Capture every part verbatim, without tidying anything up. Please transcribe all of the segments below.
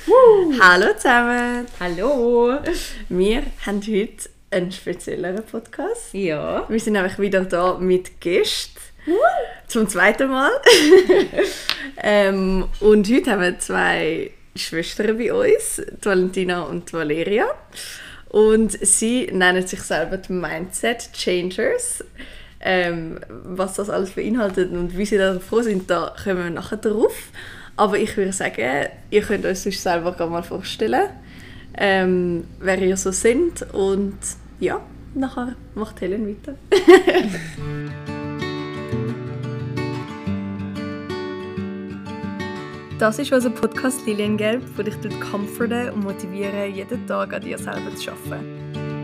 Uh. Hallo zusammen! Hallo! Wir haben heute einen spezielleren Podcast. Ja. Wir sind nämlich wieder da mit Gästen. Uh. Zum zweiten Mal. ähm, und heute haben wir zwei Schwestern bei uns, die Valentina und die Valeria. Und sie nennen sich selber die Mindset Changers. Ähm, was das alles beinhaltet und wie sie darauf froh sind, da kommen wir nachher drauf. Aber ich würde sagen, ihr könnt euch sonst selber gerade mal vorstellen, ähm, wer ihr so sind. Und ja, nachher macht Helen weiter. Das ist unser Podcast Liliengelb, der dich comforten und motivieren, jeden Tag an dir selber zu arbeiten.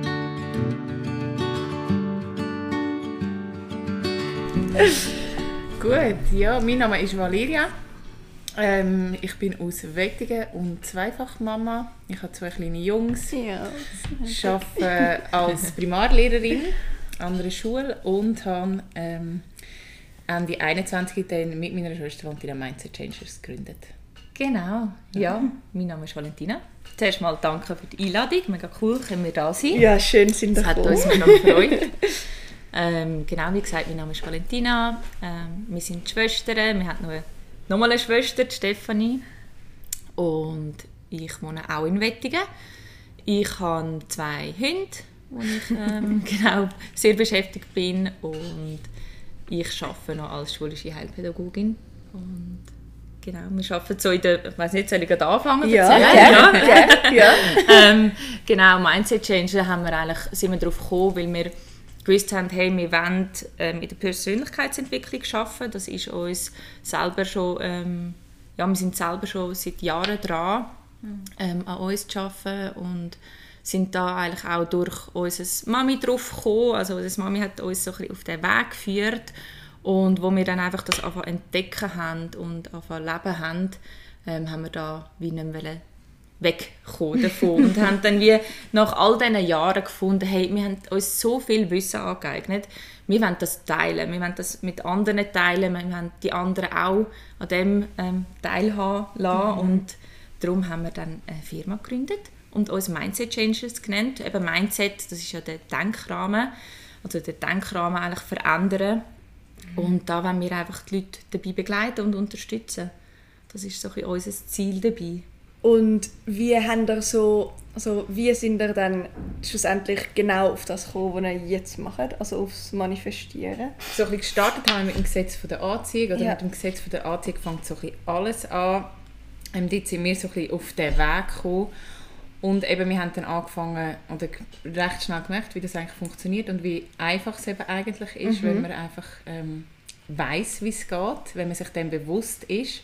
Gut, ja, mein Name ist Valeria. Ähm, ich bin aus Wettingen und Zweifachmama. Ich habe zwei kleine Jungs. Ja. Ich arbeite als Primarlehrerin an einer Schule und habe ähm, Ende einundzwanzig dann mit meiner Schwester Valentina Mindset Changers gegründet. Genau, ja. Mein Name ist Valentina. Zuerst mal danke für die Einladung. Mega cool, können wir da sein. Ja, schön sind wir Das hat gekommen. uns noch gefreut. ähm, genau, wie gesagt, mein Name ist Valentina. Ähm, wir sind Schwestern. Wir haben noch, eine, noch mal eine Schwester, die Stefanie. Und ich wohne auch in Wettingen. Ich habe zwei Hunde, wo ich ähm, genau, sehr beschäftigt bin. Und ich arbeite noch als schulische Heilpädagogin. Und genau, wir arbeiten so in der, ich weiss nicht, soll ich gerade anfangen? Ja, ja. gerne, ja. ähm, genau, Mindset Change haben wir eigentlich, sind wir darauf gekommen, weil wir gewusst haben, hey, wir wollen ähm, in der Persönlichkeitsentwicklung arbeiten. Das ist uns selber schon, ähm, ja, wir sind selber schon seit Jahren dran, ähm, an uns zu arbeiten und sind da eigentlich auch durch unsere Mami drauf gekommen. Also unsere Mami hat uns so ein bisschen auf den Weg geführt. Und wo wir dann einfach das anfangen entdecken haben und anfangen leben haben, ähm, haben wir da wie nicht mehr wegkommen davon. Und haben dann wie nach all diesen Jahren gefunden, hey, wir haben uns so viel Wissen angeeignet, wir wollen das teilen, wir wollen das mit anderen teilen, wir wollen die anderen auch an dem ähm, teilhaben lassen. Mhm. Und darum haben wir dann eine Firma gegründet und uns Mindset Changers genannt. Eben Mindset, das ist ja der Denkrahmen, also der Denkrahmen eigentlich verändern. Und da wollen wir einfach die Leute dabei begleiten und unterstützen. Das ist so ein bisschen unser Ziel dabei. Und wie haben ihr so, also wie sind ihr dann schlussendlich genau auf das gekommen, was ihr jetzt macht, also aufs Manifestieren? So ein bisschen gestartet haben wir mit dem Gesetz von der Anziehung, oder Ja. mit dem Gesetz von der Anziehung fängt so ein bisschen alles an. Ähm, dort sind wir so ein bisschen auf den Weg gekommen. Und eben, wir haben dann angefangen oder recht schnell gemerkt, wie das eigentlich funktioniert und wie einfach es eben eigentlich ist, mhm. wenn man einfach ähm, weiss, wie es geht, wenn man sich dem bewusst ist.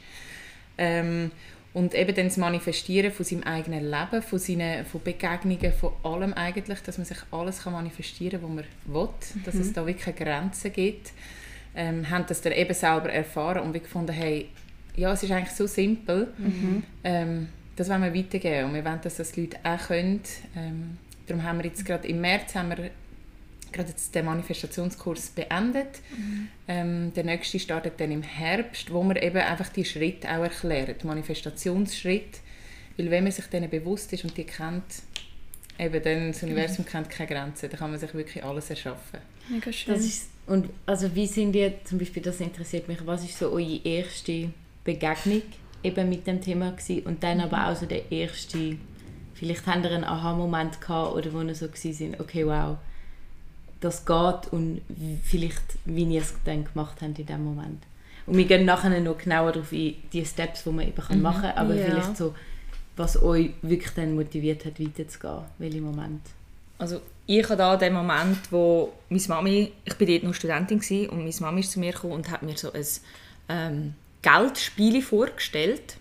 Ähm, und eben dann das Manifestieren von seinem eigenen Leben, von, seinen, von Begegnungen, von allem eigentlich, dass man sich alles kann manifestieren kann, was man will, mhm. dass es da wirklich keine Grenzen gibt. Ähm, haben das dann eben selber erfahren und wir gefunden, hey, ja, es ist eigentlich so simpel. Mhm. Ähm, Das wollen wir weitergeben und wir wollen, dass das die Leute auch können. Ähm, darum haben wir jetzt gerade im März haben wir gerade jetzt den Manifestationskurs beendet. Mhm. Ähm, der nächste startet dann im Herbst, wo wir eben einfach die Schritte auch erklären, die Manifestationsschritte. Weil wenn man sich denen bewusst ist und die kennt, eben dann das Universum mhm. kennt keine Grenzen, da kann man sich wirklich alles erschaffen. Mega schön. Das ist, und also wie sind ihr, zum Beispiel, das interessiert mich, was ist so eure erste Begegnung eben mit dem Thema gewesen? Und dann aber auch so der erste, vielleicht habt ihr einen Aha-Moment gehabt oder wo ihr so gewesen sind, okay, wow, das geht und vielleicht, wie ihr es dann gemacht habt in dem Moment. Und wir gehen nachher noch genauer darauf ein, die Steps, die man eben machen kann, aber ja. vielleicht so, was euch wirklich dann motiviert hat, weiterzugehen, welche Moment? Also ich hatte da den Moment, wo meine Mami, ich war dort noch Studentin gewesen, und meine Mami ist zu mir gekommen und hat mir so ein ähm, Geldspiel vorgestellt,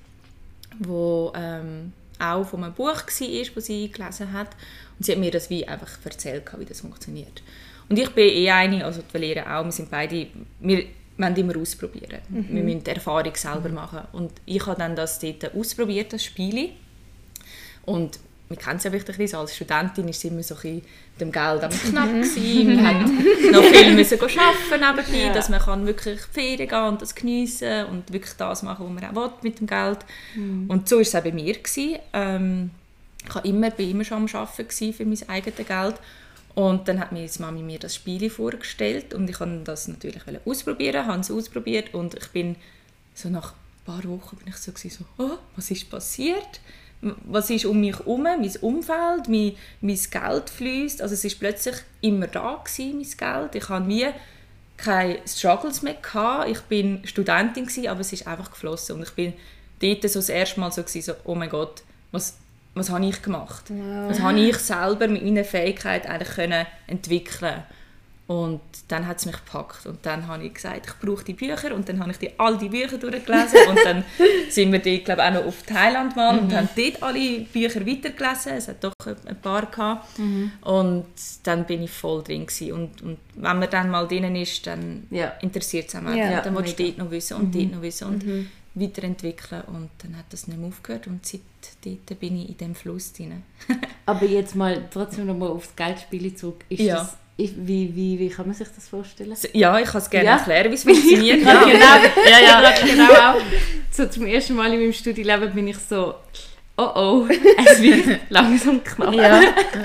wo ähm, auch von einem Buch war, das sie gelesen hat. Und sie hat mir das wie einfach erzählt, wie das funktioniert. Und ich bin eh eine, also die Valeria auch, wir sind beide, wir wollen immer ausprobieren. Mhm. Wir müssen die Erfahrung selber machen. Und ich habe dann das dort ausprobiert, das Spiel. Und wir kennen es ja vielleicht ein bisschen, als Studentin war es immer so ein bisschen mit dem Geld am knapp gewesen. Wir mussten noch viel müssen arbeiten nebenbei, ja. dass man kann wirklich in die Ferien gehen und das geniessen und wirklich das machen, was man auch will mit dem Geld. Mhm. Und so war es auch bei mir gewesen. Ähm, ich war immer, immer schon am Arbeiten für mein eigenes Geld. Und dann hat meine Mami mir das Spiel vorgestellt und ich wollte das natürlich ausprobieren, habe es ausprobiert und ich bin so nach ein paar Wochen bin ich so, so oh, was ist passiert? Was ist um mich herum, mein Umfeld, mein, mein Geld fließt. Also es war plötzlich immer da gewesen, mein Geld. Ich hatte nie keine Struggles mehr gehabt. Ich bin Studentin gewesen, aber es ist einfach geflossen und ich bin dort so das erste Mal so, gewesen, so oh mein Gott, was was habe ich gemacht? Wow. Was habe ich selber mit meiner Fähigkeit eigentlich können entwickeln? Und dann hat es mich gepackt und dann habe ich gesagt, ich brauche die Bücher und dann habe ich die, all die Bücher durchgelesen und dann sind wir dort, glaube ich, auch noch auf Thailand mal mhm. und haben dort alle Bücher weitergelesen, es hat doch ein paar gehabt mhm. und dann bin ich voll drin gewesen. Und, und wenn man dann mal drin ist, dann ja. interessiert es einen, ja. dann willst du dort noch wissen und mhm. dort noch wissen und mhm. weiterentwickeln und dann hat das nicht mehr aufgehört und seitdem bin ich in diesem Fluss drin. Aber jetzt mal trotzdem noch mal aufs Geldspiel zurück. Ist ja. das, wie, wie, wie kann man sich das vorstellen? Ja, ich kann es gerne ja. erklären, wie es funktioniert. ja. Genau, ja, ja. genau auch. So zum ersten Mal in meinem Studienleben bin ich so, oh oh, es wird langsam knapp. Ja,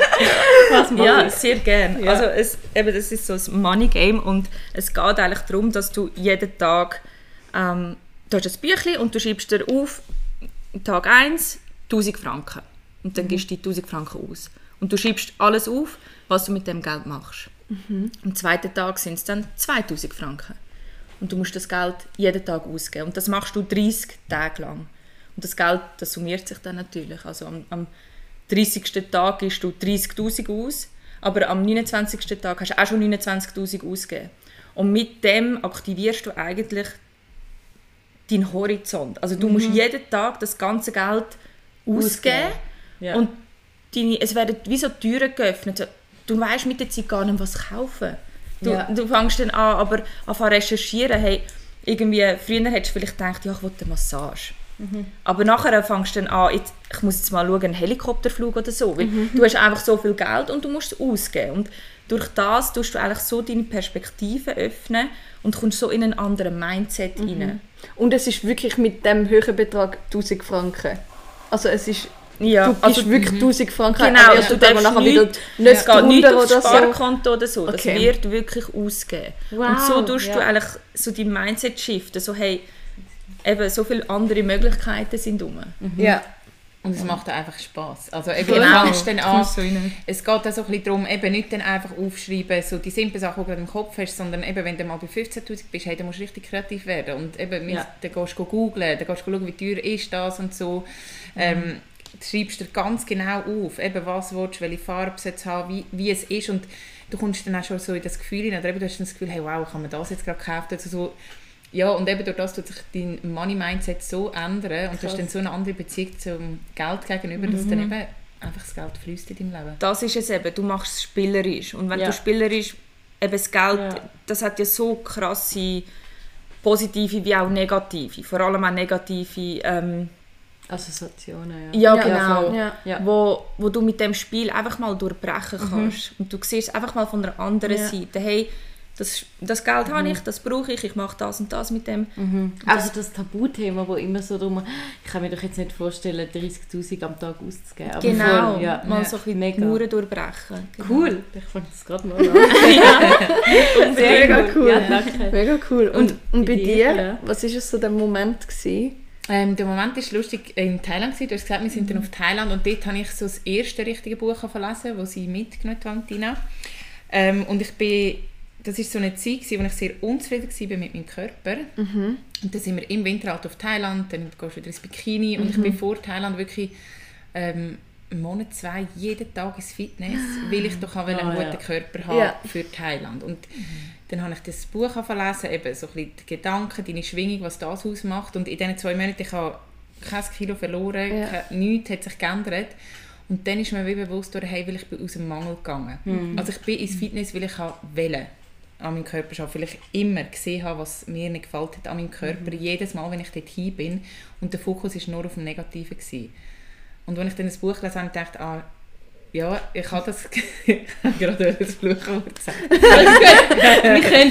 Was ja sehr gerne. Ja. Also es, eben, das ist so ein Money Game und es geht eigentlich darum, dass du jeden Tag ähm, du hast ein Büchlein und du schreibst dir auf, Tag eins, tausend Franken. Und dann mhm. gibst du die tausend Franken aus. Und du schreibst alles auf, was du mit dem Geld machst. Mhm. Am zweiten Tag sind es dann zweitausend Franken. Und du musst das Geld jeden Tag ausgeben. Und das machst du dreißig Tage lang. Und das Geld, das summiert sich dann natürlich. Also am, am dreißigsten Tag gibst du dreißigtausend aus, aber am neunundzwanzigsten Tag hast du auch schon neunundzwanzigtausend ausgegeben. Und mit dem aktivierst du eigentlich deinen Horizont. Also du mhm. musst jeden Tag das ganze Geld ausgeben ja. und deine, es werden wie so Türen geöffnet. Du weißt mit der Zeit gar nicht, was kaufen. Du, ja. du fängst dann an, aber an zu recherchieren. Hey, irgendwie, früher hättest du vielleicht gedacht, ja, ich will eine Massage. Mhm. Aber nachher fängst du dann an, jetzt, ich muss jetzt mal schauen, einen Helikopterflug oder so. Weil mhm. du hast einfach so viel Geld und du musst es ausgeben. Und durch das tust du eigentlich so deine Perspektive öffnen und kommst so in einen anderen Mindset mhm. rein. Und es ist wirklich mit dem höheren Betrag tausend Franken. Also es ist, ja, du gibst also, wirklich mhm. tausend Franken, genau, aber du darfst nachher wieder nicht drunter oder so. Sparkonto oder so. Das okay. wird wirklich ausgeben. Wow, und so tust ja. du eigentlich so dein Mindset shiften. So, hey, eben so viele andere Möglichkeiten sind rum. Mhm. Ja. Und es macht einfach Spass. Also eben, genau. dann an, so es geht auch so ein bisschen darum, eben nicht dann einfach aufschreiben, so die simplen Sachen, die du im Kopf hast, sondern eben, wenn du mal bei fünfzehntausend bist, hey, dann musst du richtig kreativ werden. Und eben, ja. dann gehst du googlen, dann gehst du schauen, wie teuer ist das und so. Mhm. Ähm, du schreibst dir ganz genau auf, eben, was willst du, welche Farbe soll es haben, wie, wie es ist. Und du kommst dann auch schon so in das Gefühl hinein, oder eben, du hast dann das Gefühl, hey, wow, kann man das jetzt gerade kaufen? Also so, ja, und eben durch das tut sich dein Money-Mindset so ändern und du hast dann so eine andere Beziehung zum Geld gegenüber, dass mhm. dann eben einfach das Geld fließt in deinem Leben. Das ist es eben, du machst es spielerisch. Und wenn ja. du spielerisch, eben das Geld, ja. das hat ja so krasse positive wie auch negative, vor allem auch negative ähm, Assoziationen, ja. Ja, genau. Ja, ja. Wo, wo du mit dem Spiel einfach mal durchbrechen kannst. Mhm. Und du siehst es einfach mal von der anderen ja. Seite. Hey, Das, das Geld mhm. habe ich, das brauche ich, ich mache das und das mit dem. Mhm. Also das Tabuthema, wo immer so drum, ich kann mir doch jetzt nicht vorstellen, dreißigtausend am Tag auszugeben. Aber genau, voll, ja. mal so ein bisschen Mauern durchbrechen. Genau. Cool, ich fange das gerade mal an. ja. Mega cool. Ja, danke. Mega cool. Und, und, und bei dir, ja. was war so der Moment gewesen? Ähm, der Moment war lustig in Thailand. Du hast gesagt, wir sind mhm. dann auf Thailand und dort habe ich so das erste richtige Buch gelesen, das sie mitgenommen haben, Tina. Ähm, und ich bin Das war so eine Zeit, in der ich sehr unzufrieden war mit meinem Körper. Mhm. Und dann sind wir im Winter halt auf Thailand, dann gehst du wieder ins Bikini. Mhm. Und ich bin vor Thailand wirklich ähm, einen Monat, zwei, jeden Tag ins Fitness, weil ich doch auch einen oh, guten ja. Körper habe ja. für Thailand. Und mhm. dann habe ich das Buch gelesen, eben so ein bisschen die Gedanken, deine Schwingung, was das ausmacht. Und in diesen zwei Monaten ich habe ich kein Kilo verloren, ja. kein, nichts hat sich geändert. Und dann ist mir wie bewusst, hey, weil ich bin aus dem Mangel gegangen. Mhm. Also ich bin ins Fitness, weil ich wollte an meinem Körper arbeiten, weil ich immer gesehen habe, was mir nicht gefällt hat an meinem Körper. Mhm. Jedes Mal, wenn ich dort hin bin. Und der Fokus war nur auf dem Negativen gewesen. Und als ich dann das Buch gelesen habe, dachte ich, ah, ja, ich habe das ich habe gerade das Fluchwort gesagt. Wir können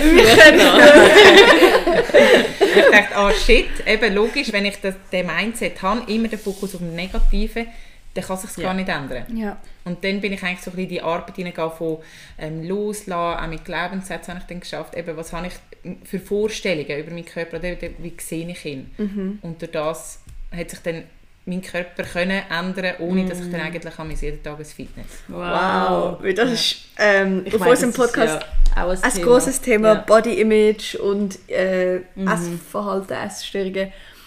fluchen. Ich dachte, ah shit, eben logisch, wenn ich das, den Mindset habe, immer den Fokus auf das Negative, dann kann es sich Ja. gar nicht ändern. Ja. Und dann bin ich eigentlich so ein bisschen in die Arbeit hineingegangen von ähm, Loslassen, auch mit Glaubenssätzen habe ich dann geschafft, eben, was habe ich für Vorstellungen über meinen Körper, oder wie sehe ich ihn. Mhm. Und durch das hat sich dann mein Körper können ändern, ohne dass ich dann eigentlich an jeden Tag ein Fitness. Wow. Weil das ist ähm, Ich auf meine, unserem das ist Podcast ja auch ein, ein Thema. grosses Thema, Ja. Body Image und äh, Essverhalten, Essstörungen.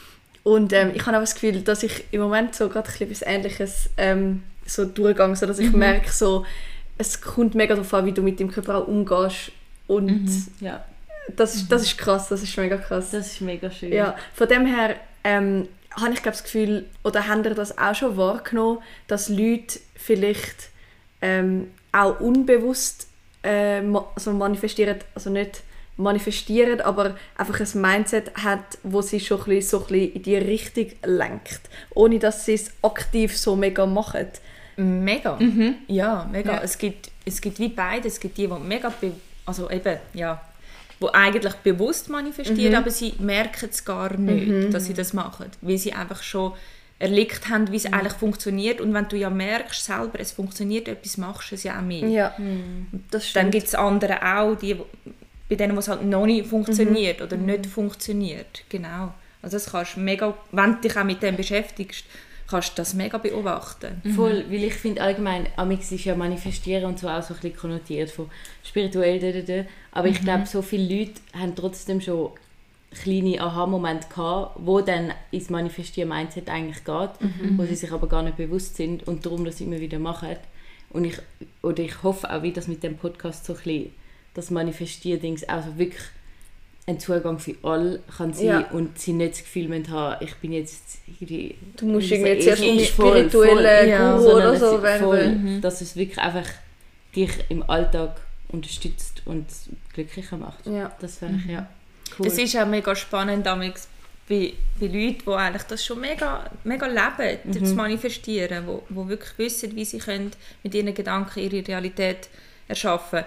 Und ähm, ich habe auch das Gefühl, dass ich im Moment so gerade ein bisschen etwas Ähnliches ähm, so durchgehe, so dass ich merke, so, es kommt mega darauf an, wie du mit dem Körper auch umgehst. Und Ja, das, ist, das ist krass, das ist mega krass. das ist mega schön. Ja, von dem her ähm, habe ich glaub, das Gefühl, oder habt ihr das auch schon wahrgenommen, dass Leute vielleicht ähm, auch unbewusst äh, ma- also manifestieren, also nicht manifestieren, aber einfach ein Mindset hat, wo sie schon ein bisschen, so ein bisschen in die Richtung lenkt, ohne dass sie es aktiv so mega machen. Mega. Ja, mega. Ja. Es gibt, es gibt wie beide. Es gibt die, die mega, be- also eben, ja, die eigentlich bewusst manifestieren, aber sie merken es gar nicht, dass sie das machen, weil sie einfach schon erlebt haben, wie es eigentlich funktioniert. Und wenn du ja merkst selber, es funktioniert, etwas machst du es ja auch mehr. Ja, das Dann stimmt. gibt es andere auch, die, bei denen es halt noch nicht funktioniert oder nicht funktioniert. Genau. Also das kannst du mega, wenn du dich auch mit dem beschäftigst, kannst du das mega beobachten. Voll, weil ich finde allgemein, amix ist ja manifestieren und so auch so ein bisschen konnotiert von spirituell, da, da, da. Aber ich glaube, so viele Leute haben trotzdem schon kleine Aha-Momente gehabt, wo dann ins Manifestieren-Mindset eigentlich geht, wo sie sich aber gar nicht bewusst sind und darum das immer wieder machen. Und ich, oder ich hoffe auch, wie das mit dem Podcast so ein bisschen das Manifestier-Dings auch so wirklich ein Zugang für alle kann sein Ja. und sie nicht das Gefühl müssen haben, ich bin jetzt irgendwie... Du musst so irgendwie zuerst eh- einen voll, spirituellen voll. Ja, Guru sondern oder so es- werden. voll, dass es wirklich einfach dich im Alltag unterstützt und glücklicher macht. Ja. Das finde ich ja cool. Es ist auch mega spannend damals bei, bei Leuten, die eigentlich das schon mega, mega leben, das Manifestieren, wo, wo wirklich wissen, wie sie können mit ihren Gedanken ihre Realität erschaffen.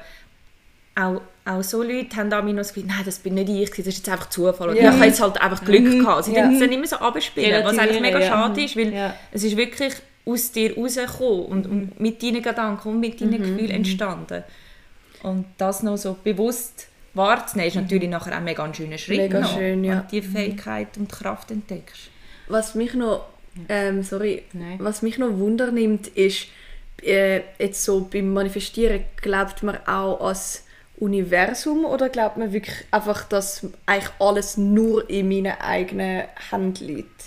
Auch, auch so Leute haben da noch das Gefühl, nein, das bin nicht ich, das ist jetzt einfach Zufall. Oder Ja. ich habe jetzt halt einfach Glück gehabt. Sie Ja. ja. dann immer so abspielen, was eigentlich mega Relativieren, ja. schade ist, weil Ja. es ist wirklich aus dir rausgekommen und, und mit deinen Gedanken und mit deinen Gefühlen entstanden. Und das noch so bewusst wahrzunehmen, ist natürlich nachher auch ein mega schöner Schritt. Mega noch, schön, ja. wenn du die Fähigkeit und Kraft entdeckst. Was mich noch, ähm, sorry, Nein. was mich noch Wunder nimmt, ist, äh, jetzt so beim Manifestieren, glaubt man auch ans Universum oder glaubt man wirklich einfach, dass eigentlich alles nur in meinen eigenen Händen liegt?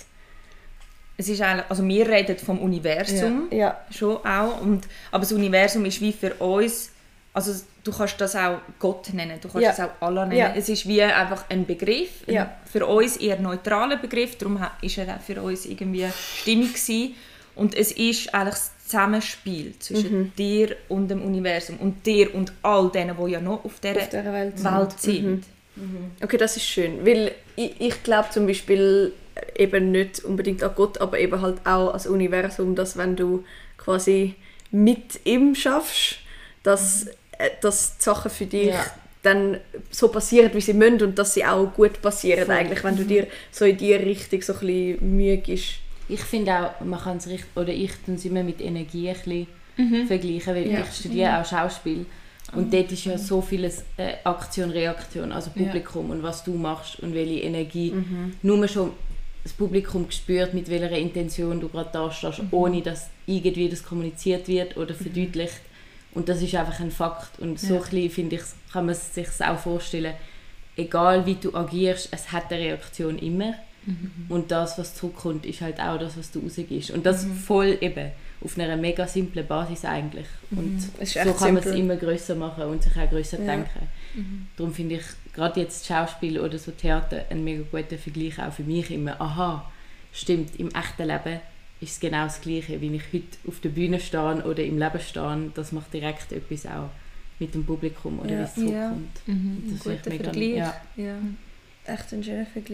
Es ist eigentlich, also wir reden vom Universum Ja. schon auch, und, aber das Universum ist wie für uns, also du kannst das auch Gott nennen, du kannst Ja. das auch Allah nennen. Ja. Es ist wie einfach ein Begriff, ein Ja. für uns eher neutraler Begriff, darum ha- ist er auch für uns irgendwie stimmig gewesen. Und es ist eigentlich das Zusammenspiel zwischen Mhm. dir und dem Universum und dir und all denen, die ja noch auf dieser, Auf dieser Welt Welt sind. sind. Okay, das ist schön, weil ich, ich glaube zum Beispiel eben nicht unbedingt an Gott, aber eben halt auch ans Universum, dass wenn du quasi mit ihm schaffst, dass, äh, dass die Sachen für dich Ja. dann so passieren, wie sie müssen und dass sie auch gut passieren eigentlich, wenn du dir so in die Richtung so ein bisschen Mühe gibst. Ich finde auch, man kann es richtig, oder ich tue es immer mit Energie ein bisschen vergleichen, weil Ja. ich studiere auch Schauspiel und dort ist ja so vieles äh, Aktion, Reaktion, also Publikum und was du machst und welche Energie. Nur schon das Publikum spürt, mit welcher Intention du gerade da stehst, ohne dass irgendwie das kommuniziert wird oder verdeutlicht. Und das ist einfach ein Fakt. Und so ein bisschen, finde ich, kann man sich auch vorstellen, egal wie du agierst, es hat eine Reaktion immer. Und das, was zurückkommt, ist halt auch das, was du rausgibst. Und das voll eben auf einer mega simplen Basis eigentlich. Und Es ist so echt kann man es simpel. immer grösser machen und sich auch grösser Ja. denken. Darum finde ich gerade jetzt Schauspiel oder so Theater einen mega guten Vergleich auch für mich immer. Aha, stimmt, im echten Leben ist es genau das Gleiche, wie ich heute auf der Bühne stehe oder im Leben stehe. Das macht direkt etwas auch mit dem Publikum oder Ja. wie es zurückkommt. Und das Ein finde ich guter mega- Vergleich. Ja. Ja, echt ein schöner Vergleich.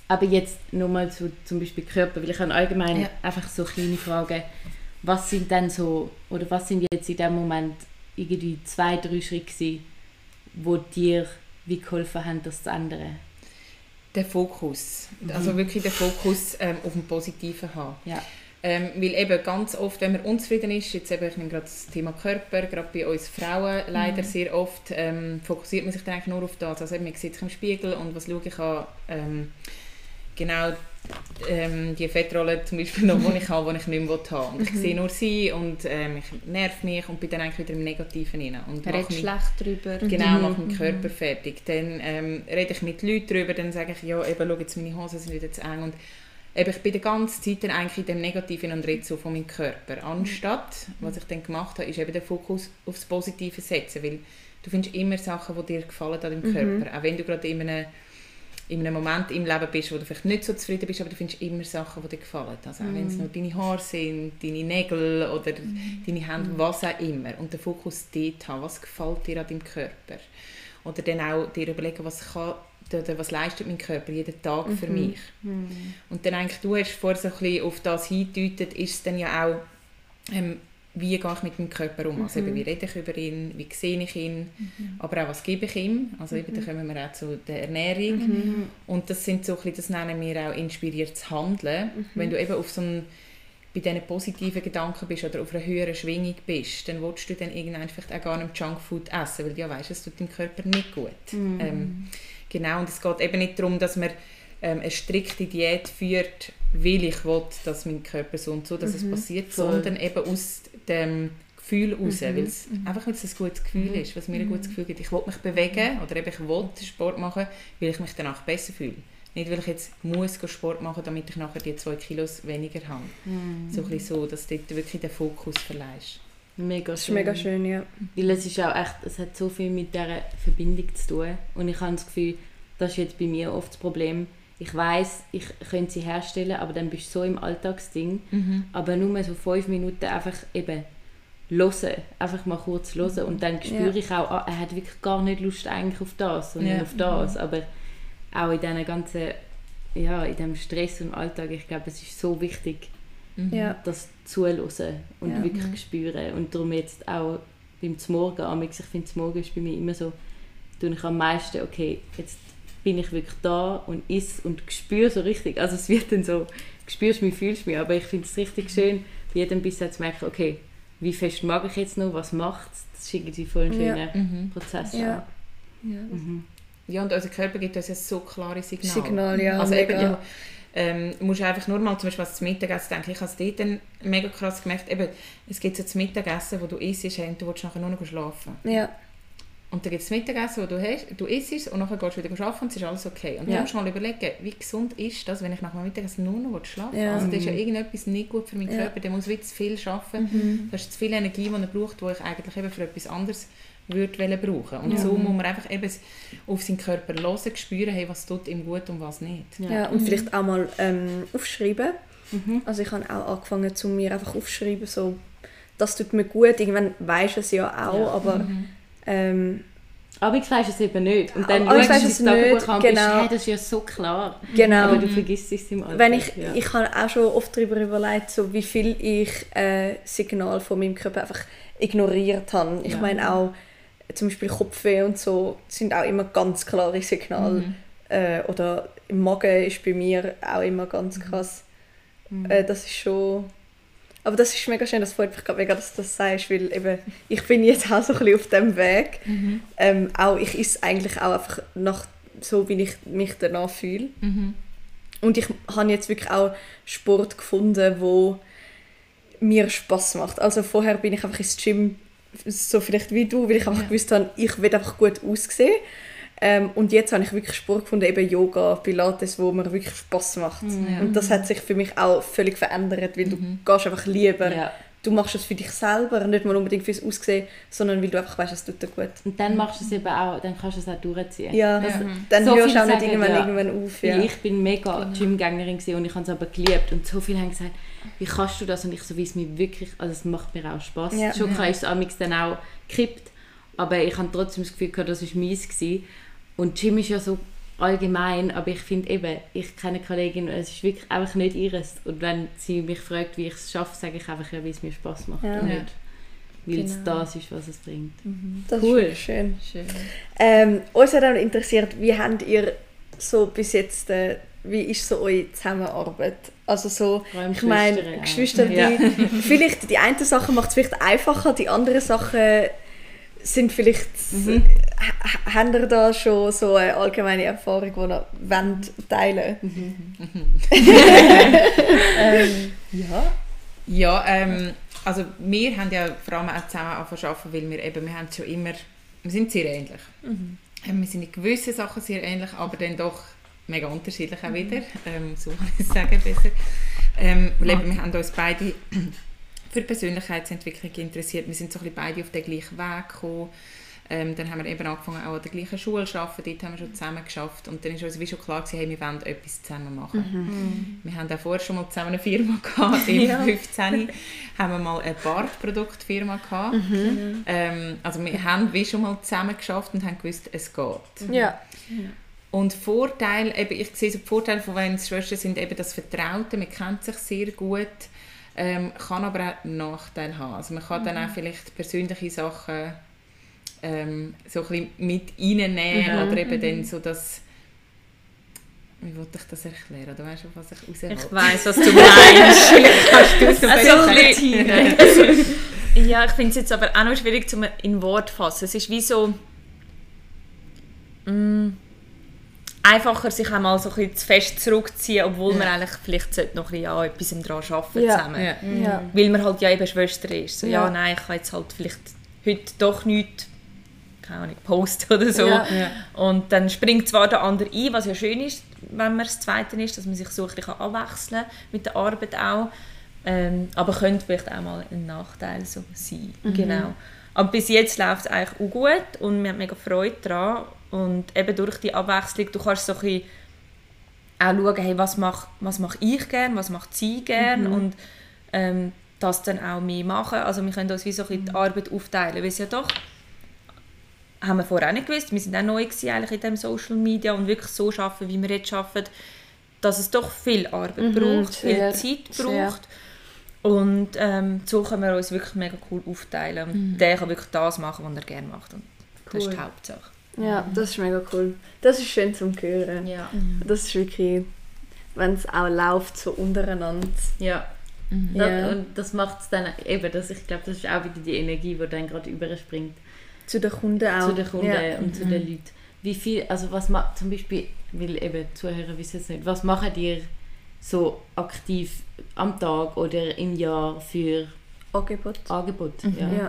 Aber jetzt nochmal zu zum Beispiel Körper, weil ich habe allgemein ja. einfach so kleine Fragen. Was sind denn so, oder was sind jetzt in dem Moment irgendwie zwei, drei Schritte gewesen, die dir wie geholfen haben, das zu ändern? Der Fokus. Mhm. Also wirklich den Fokus ähm, auf dem Positiven haben. Ja. Ähm, weil eben ganz oft, wenn man unzufrieden ist, jetzt eben, ich nehme gerade das Thema Körper, gerade bei uns Frauen leider mhm. sehr oft, ähm, fokussiert man sich dann eigentlich nur auf das. Also eben, man sieht sich im Spiegel und was schaue ich an, ähm, genau ähm, die Fettrolle zum Beispiel noch, die ich habe, die ich nicht mehr haben will. Und ich mhm. sehe nur sie und ähm, ich nerv mich und bin dann eigentlich wieder im Negativen rein. Und Red schlecht drüber. Genau, mhm. mache meinen Körper fertig. Dann ähm, rede ich mit Leuten darüber, dann sage ich, ja, eben, schau jetzt, meine Hosen sind wieder zu eng. Und eben, ich bin die ganze Zeit dann eigentlich in dem Negativen und rede so von meinem Körper. Anstatt, was ich dann gemacht habe, ist eben den Fokus aufs Positive setzen, weil du findest immer Sachen, die dir gefallen an deinem Körper. Mhm. Auch wenn du gerade in einem in einem Moment im Leben bist, wo du vielleicht nicht so zufrieden bist, aber du findest immer Sachen, die dir gefallen. Also auch mm. wenn es nur deine Haare sind, deine Nägel oder mm. deine Hände, mm. was auch immer. Und den Fokus dort haben, was gefällt dir an deinem Körper. Oder dann auch dir überlegen, was, kann, oder was leistet mein Körper jeden Tag für mm-hmm. mich. Mm. Und dann eigentlich, du hast vorher so ein bisschen auf das hingedeutet, ist es dann ja auch, ähm, wie gehe ich mit meinem Körper um? Also eben, wie rede ich über ihn, wie sehe ich ihn, mhm. aber auch was gebe ich ihm. Also eben, mhm. da kommen wir auch zu der Ernährung. Mhm. Und das sind so ein bisschen, das nennen wir auch inspiriertes Handeln. Mhm. Wenn du eben auf so einen, bei diesen positiven Gedanken bist oder auf einer höheren Schwingung bist, dann willst du dann irgendwann vielleicht auch gar nicht Junkfood essen, weil du ja weißt, es tut deinem Körper nicht gut. Mhm. Ähm, genau, und es geht eben nicht darum, dass man ähm, eine strikte Diät führt, weil ich will, dass mein Körper so und so, dass mhm. es passiert, Voll. sondern eben aus dem Gefühl raus, mhm. weil es mhm. einfach weil es ein gutes Gefühl mhm. ist, was mir ein gutes Gefühl gibt. Ich will mich bewegen oder eben ich will Sport machen, weil ich mich danach besser fühle. Nicht, weil ich jetzt muss Sport machen, damit ich nachher die zwei Kilos weniger habe. Mhm. So ein bisschen so, dass du dort wirklich den Fokus verleihst. Mega das ist schön. mega schön, ja. Weil es ist auch echt, es hat so viel mit dieser Verbindung zu tun. Und ich habe das Gefühl, das ist jetzt bei mir oft das Problem. Ich weiss, ich könnte sie herstellen, aber dann bist du so im Alltagsding. Mhm. Aber nur so fünf Minuten einfach eben hören, einfach mal kurz hören. Und dann spüre ja. ich auch, ah, er hat wirklich gar nicht Lust eigentlich auf das, sondern ja. auf das. Mhm. Aber auch in diesem ganzen, ja, in diesem Stress und Alltag, ich glaube, es ist so wichtig, mhm. das zuhören und ja. wirklich mhm. spüren. Und darum jetzt auch beim Zmorgen, ich finde, Zmorgen ist bei mir immer so, tue ich am meisten, okay, jetzt bin ich wirklich da und iss und spüre so richtig. Also es wird dann so, spürst mich, fühlst mich, aber ich finde es richtig schön, bei jedem Bissen zu merken, okay, wie fest mag ich jetzt noch, was macht es? Das ist irgendwie voll ein schöner ja. Prozess. Ja. Ja. Mhm. ja, und unser Körper gibt uns ja so klare Signale. Signal, ja. Also eben, du ähm, musst einfach nur mal zum Beispiel zum Mittagessen denken. Ich habe es dort dann mega krass gemerkt, eben, es gibt so das Mittagessen, wo du isst und du willst nachher nur noch schlafen. Ja. Und dann gibt es das Mittagessen, wo du, hast, du isst und dann gehst du wieder arbeiten und es ist alles okay. Und ja. du musst mal überlegen, wie gesund ist das, wenn ich nach dem Mittagessen nur noch schlafen will. Ja. Also das ist ja irgendetwas nicht gut für meinen ja. Körper, der muss wie zu viel arbeiten. Mhm. Das ist zu viel Energie, die er braucht, die ich eigentlich eben für etwas anderes würde brauchen. Und ja. so muss man einfach eben auf seinen Körper hören, spüren, hey, was tut ihm gut und was nicht. Ja, ja und mhm. vielleicht auch mal ähm, aufschreiben. Mhm. Also ich habe auch angefangen, zu mir einfach aufschreiben, so, das tut mir gut. Irgendwann weisst du es ja auch, ja. aber mhm. Ähm, aber ich weiß es eben nicht. Und dann schaust du das Tagebuch an und bist, hey, das ist ja so klar. Genau. Aber du vergisst es im Alltag. Wenn ich, ja. ich habe auch schon oft darüber überlegt, so wie viel ich äh, Signal von meinem Körper einfach ignoriert habe. Ich ja. meine auch, zum Beispiel Kopfweh und so, sind auch immer ganz klare Signale. Mhm. Äh, oder im Magen ist bei mir auch immer ganz krass. Mhm. Äh, das ist schon... Aber das ist mega schön, das freut mich gerade mega, dass du das sagst, weil eben, ich bin jetzt auch so ein bisschen auf diesem Weg. Mhm. Ähm, auch, ich esse eigentlich auch einfach nach, so, wie ich mich danach fühle. Mhm. Und ich habe jetzt wirklich auch Sport gefunden, wo mir Spass macht. Also vorher bin ich einfach ins Gym, so vielleicht wie du, weil ich einfach ja. gewusst habe, ich will einfach gut aussehen. Ähm, und jetzt habe ich wirklich Sport gefunden, eben Yoga, Pilates, wo mir wirklich Spass macht. Ja. Und das hat sich für mich auch völlig verändert, weil mhm. du gehst einfach lieber, ja. du machst es für dich selber, nicht mal unbedingt fürs Aussehen, sondern weil du einfach weißt, es tut dir gut. Und dann machst du es eben auch, dann kannst du es auch durchziehen. Ja, das, ja. dann so hörst du auch nicht sagen, irgendwann, ja. irgendwann auf. Ja. Ich bin mega genau. Gymgängerin und ich habe es aber geliebt und so viele haben gesagt, wie kannst du das? Und ich so, wie es mir wirklich, also es macht mir auch Spass. Ja. Schon ja. ist es amigs dann auch gekippt, aber ich habe trotzdem das Gefühl gehabt, das war meins gewesen. Und Gym ist ja so allgemein, aber ich finde eben, ich kenne eine Kollegin, es ist wirklich einfach nicht ihres. Und wenn sie mich fragt, wie ich es schaffe, sage ich einfach, ja, wie es mir Spass macht. Ja. Und nicht, weil Genau. es das ist, was es bringt. Das Cool. ist schön. Schön. Ähm, uns hat auch noch interessiert, wie habt ihr so bis jetzt, äh, wie ist so eure Zusammenarbeit? Also so, Vor allem ich meine, Geschwister, Geschwister, ja. die, vielleicht die eine Sache macht es vielleicht einfacher, die andere Sachen sind vielleicht, Mhm. h- habt ihr da schon so eine allgemeine Erfahrung, die ihr wollt teilen ähm, ja. Ja, ähm, also wir haben ja vor allem auch zusammen angefangen zu arbeiten, weil wir eben, wir haben schon immer, wir sind sehr ähnlich. Mhm. Ähm, wir sind in gewissen Sachen sehr ähnlich, aber dann doch mega unterschiedlich auch wieder, ähm, so kann ich es sagen besser. Ähm, weil eben, wir haben uns beide für Persönlichkeitsentwicklung interessiert, wir sind so ein bisschen beide auf den gleichen Weg gekommen. Ähm, dann haben wir eben angefangen, auch an der gleichen Schule zu arbeiten, dort haben wir schon zusammen geschafft und dann ist uns wie schon klar gewesen, hey, wir wollen etwas zusammen machen. Mhm. Wir haben auch vorher schon mal zusammen eine Firma gehabt, im Ja. fünfzehn haben wir mal eine Bartproduktfirma gehabt. Mhm. Ähm, also wir haben wie schon mal zusammen geschafft und haben gewusst, es geht. Ja. Und Vorteil, eben, ich sehe so die Vorteile von wenn es Schwestern sind, eben das Vertraute, man kennt sich sehr gut, ähm, kann aber auch Nachteile haben. Also man kann dann auch vielleicht persönliche Sachen ähm, so ein bisschen mit reinnehmen Mhm. oder eben dann so das, wie wollte ich das erklären? Du weißt schon, was ich raushole. Ich weiss, was du meinst. Vielleicht kannst du es so Also, besser. Ja, ich finde es jetzt aber auch noch schwierig zum in Wort zu fassen. Es ist wie so mh, einfacher, sich auch mal so ein bisschen zu fest zurückziehen, obwohl Ja. man eigentlich vielleicht sollte noch ein bisschen an etwas daran arbeiten Ja. zusammen. Ja. Ja. Weil man halt ja eben Schwester ist. So, ja. Ja. nein, ich kann jetzt halt vielleicht heute doch nichts, keine Ahnung, posten oder so. Ja. Ja. Und dann springt zwar der andere ein, was ja schön ist, wenn man das Zweite ist, dass man sich so ein bisschen abwechseln kann, mit der Arbeit auch. Ähm, aber könnte vielleicht auch mal ein Nachteil so sein. Genau. Aber bis jetzt läuft es eigentlich auch gut und wir haben mega Freude daran. Und eben durch die Abwechslung, du kannst so ein bisschen auch schauen, hey, was mache was mach ich gerne, was macht sie gerne und ähm, das dann auch mehr machen. Also wir können uns wie so ein bisschen die Arbeit aufteilen, weil es ja doch, haben wir vorher auch nicht gewusst, wir sind auch neu gewesen, eigentlich in diesem Social Media und wirklich so arbeiten, wie wir jetzt arbeiten, dass es doch viel Arbeit Mhm, braucht, sehr, viel Zeit sehr. braucht. Und ähm, so können wir uns wirklich mega cool aufteilen. Und der kann wirklich das machen, was er gerne macht. Und das ist Cool. die Hauptsache. Ja, das ist mega cool. Das ist schön zum Hören. Ja. Das ist wirklich, wenn es auch läuft, so untereinander. Ja. Ja. Das, und das macht es dann eben, das, ich glaube, das ist auch wieder die Energie, die dann gerade überspringt Zu den Kunden auch. zu den Kunden Ja. und zu den Leuten. Wie viel, also was macht zum Beispiel, weil eben Zuhörer wissen es nicht, was macht ihr so aktiv am Tag oder im Jahr für Angebot. Angebote? Ja. Ja.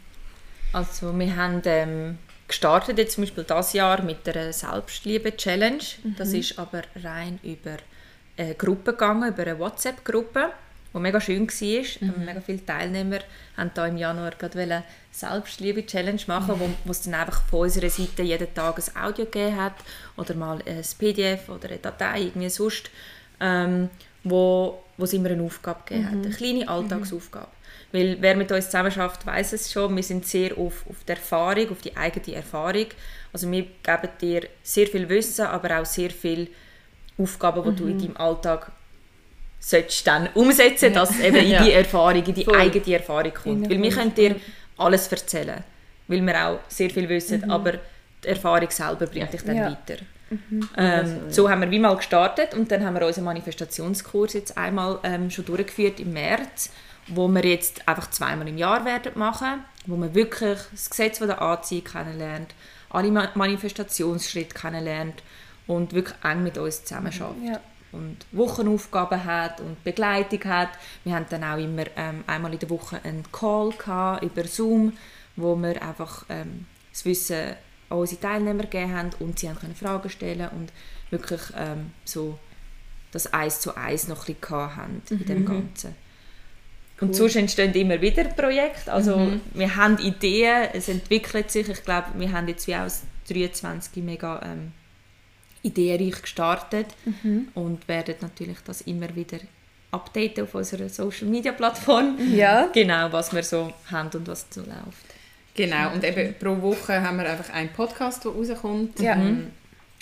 Also wir haben ähm, gestartet jetzt zum Beispiel dieses Jahr mit der Selbstliebe-Challenge. Das ist aber rein über eine Gruppe gegangen, über eine WhatsApp-Gruppe, die mega schön war. Mhm. Mega viele Teilnehmer haben da im Januar gerade eine Selbstliebe-Challenge machen, wo, wo es dann einfach von unserer Seite jeden Tag ein Audio gegeben hat oder mal ein P D F oder eine Datei, irgendwie sonst, ähm, wo, wo es immer eine Aufgabe gegeben hat, eine kleine Alltagsaufgabe. Weil wer mit uns zusammen arbeitet, weiss es schon, wir sind sehr auf, auf die Erfahrung, auf die eigene Erfahrung. Also wir geben dir sehr viel Wissen, aber auch sehr viele Aufgaben, die du in deinem Alltag solltest dann umsetzen, dass es eben in Ja. die Erfahrung, in die Voll. eigene Erfahrung kommt. Weil wir können dir alles erzählen, weil wir auch sehr viel wissen, aber die Erfahrung selber bringt dich dann Ja. weiter. Ähm, so haben wir wie mal gestartet und dann haben wir unseren Manifestationskurs jetzt einmal ähm, schon durchgeführt im März, wo wir jetzt einfach zweimal im Jahr werden machen, wo man wirklich das Gesetz von der Anziehung kennenlernt, alle Ma- Manifestationsschritte kennenlernt und wirklich eng mit uns zusammen arbeitet. Ja. Und Wochenaufgaben hat und Begleitung hat. Wir haben dann auch immer ähm, einmal in der Woche einen Call gehabt, über Zoom, wo wir einfach ähm, das Wissen an unsere Teilnehmer gegeben haben und sie haben können Fragen stellen und wirklich ähm, so das Eins zu Eins noch ein bisschen haben in dem Ganzen. Und sonst entstehen immer wieder Projekte. Also Mhm. wir haben Ideen, es entwickelt sich. Ich glaube, wir haben jetzt wie aus dreiundzwanzig mega ähm, ideenreich gestartet und werden natürlich das immer wieder updaten auf unserer Social Media Plattform. Ja. Genau, was wir so haben und was so läuft. Genau, und eben pro Woche haben wir einfach einen Podcast, der rauskommt. Ja. Ähm,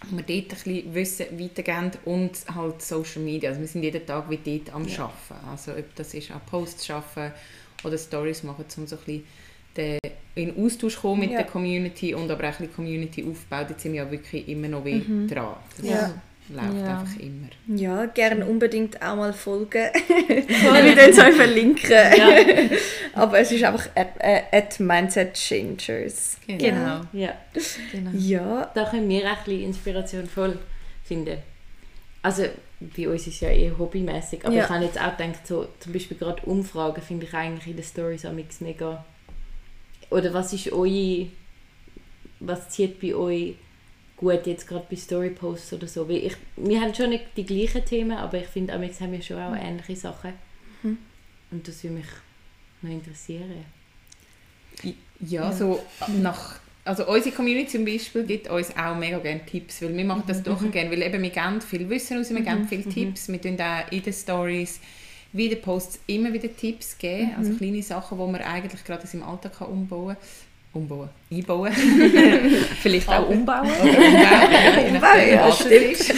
wo wir dort ein bisschen Wissen weitergeben und halt Social Media. Also wir sind jeden Tag wie dort am ja. Arbeiten. Also ob das ist auch Posts schaffen oder Stories machen, um so ein bisschen den, in Austausch kommen mit ja. der Community und aber auch ein bisschen Community aufbauen. Jetzt sind wir ja wirklich immer noch wie mhm. dran. Das ja. läuft ja. einfach immer. Ja, gerne unbedingt auch mal folgen. Ich werde es euch verlinken. Ja. Aber es ist einfach at, at Mindset Changers. Genau. Genau. Ja. genau. Ja. Da können wir auch ein bisschen Inspiration voll finden. Also bei uns ist es ja eher hobbymäßig, aber ja. ich habe jetzt auch gedacht, so, zum Beispiel gerade Umfragen finde ich eigentlich in den Storys am mega... Oder was ist euch, was zieht bei euch gut jetzt gerade bei Storyposts oder so? Weil ich, wir haben schon nicht die gleichen Themen, aber ich finde, wir haben schon auch ähnliche Sachen. Mhm. Und das würde mich noch interessieren. Ja, ja. so nach... Also unsere Community zum Beispiel gibt uns auch mega gerne Tipps, weil wir machen das mhm. doch gerne, weil eben wir geben viel Wissen raus, wir mhm. geben viele mhm. Tipps, wir tun auch in den Stories, wie in den Posts immer wieder Tipps geben, mhm. also kleine Sachen, die man eigentlich gerade im Alltag kann umbauen kann. Umbauen, einbauen. Vielleicht auch umbauen. Oder umbauen, umbauen ja, stimmt.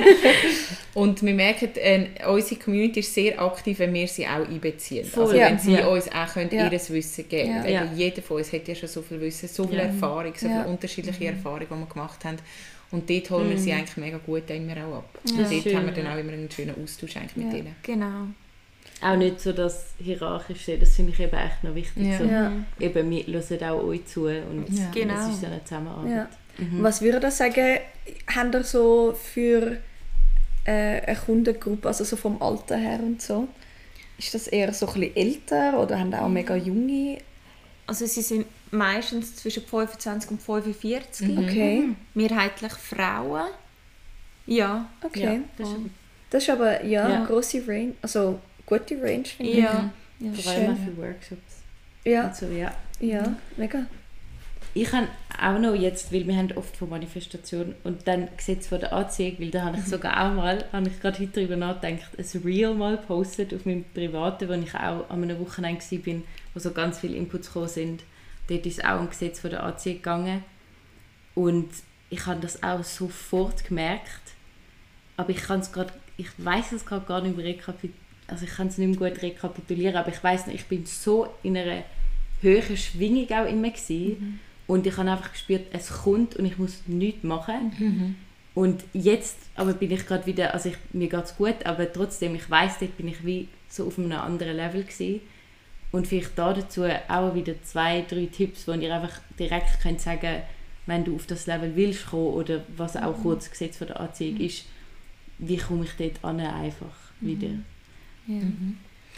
Und wir merken, äh, unsere Community ist sehr aktiv, wenn wir sie auch einbeziehen. Voll, also ja. wenn sie ja. uns auch können, ja. ihr Wissen geben können. Ja. Jeder von uns hat ja schon so viel Wissen, so viel ja. Erfahrung, so ja. viele unterschiedliche mhm. Erfahrungen, die wir gemacht haben. Und dort holen wir sie eigentlich mega gut immer auch ab. Ja. Und dort schön, haben wir dann auch immer einen schönen Austausch eigentlich ja. mit ihnen. Genau. Auch nicht so das Hierarchische, das finde ich eben echt noch wichtig. Ja. So, ja. Eben, wir hören auch euch zu und ja. genau. es ist so eine Zusammenarbeit. Ja. Mhm. Was würde ihr sagen, habt ihr so für äh, eine Kundengruppe, also so vom Alter her und so? Ist das eher so ein bisschen älter oder haben auch mega junge? Also sie sind meistens zwischen fünfundzwanzig und fünfundvierzig. Mhm. Okay. Mehrheitlich Frauen. Ja. Okay. Ja, das, ist, das ist aber ja, ja. eine grosse Range, also gute Range. Ja. ja. Vor allem auch für Workshops. Ja. Also, ja. Ja, mega. Ich habe auch noch jetzt, weil wir haben oft von Manifestation und dann Gesetz von der Anziehung, weil da habe ich sogar auch mal, habe ich gerade heute darüber nachgedacht, ein Reel mal postet auf meinem Privaten, wo ich auch an einem Wochenende war, wo so ganz viele Inputs gekommen sind. Dort ist es auch um Gesetz von der Anziehung gegangen und ich habe das auch sofort gemerkt, aber ich kann es gerade, ich weiß es gerade gar nicht mehr rekapitulieren, also ich kann es nicht mehr gut rekapitulieren, aber ich weiss nicht, ich bin so in einer höheren Schwingung auch immer gewesen. Mhm. Und ich habe einfach gespürt, es kommt und ich muss nichts machen. Mhm. Und jetzt aber bin ich gerade wieder, also ich, mir geht es gut, aber trotzdem, ich weiss, dort bin ich wie so auf einem anderen Level gewesen. Und vielleicht da dazu auch wieder zwei, drei Tipps, wo ihr einfach direkt könnt sagen, wenn du auf das Level willst kommen oder was auch mhm. kurz Gesetz von der Anziehung mhm. ist, wie komme ich dort an einfach wieder. Mhm. Ja. Mhm.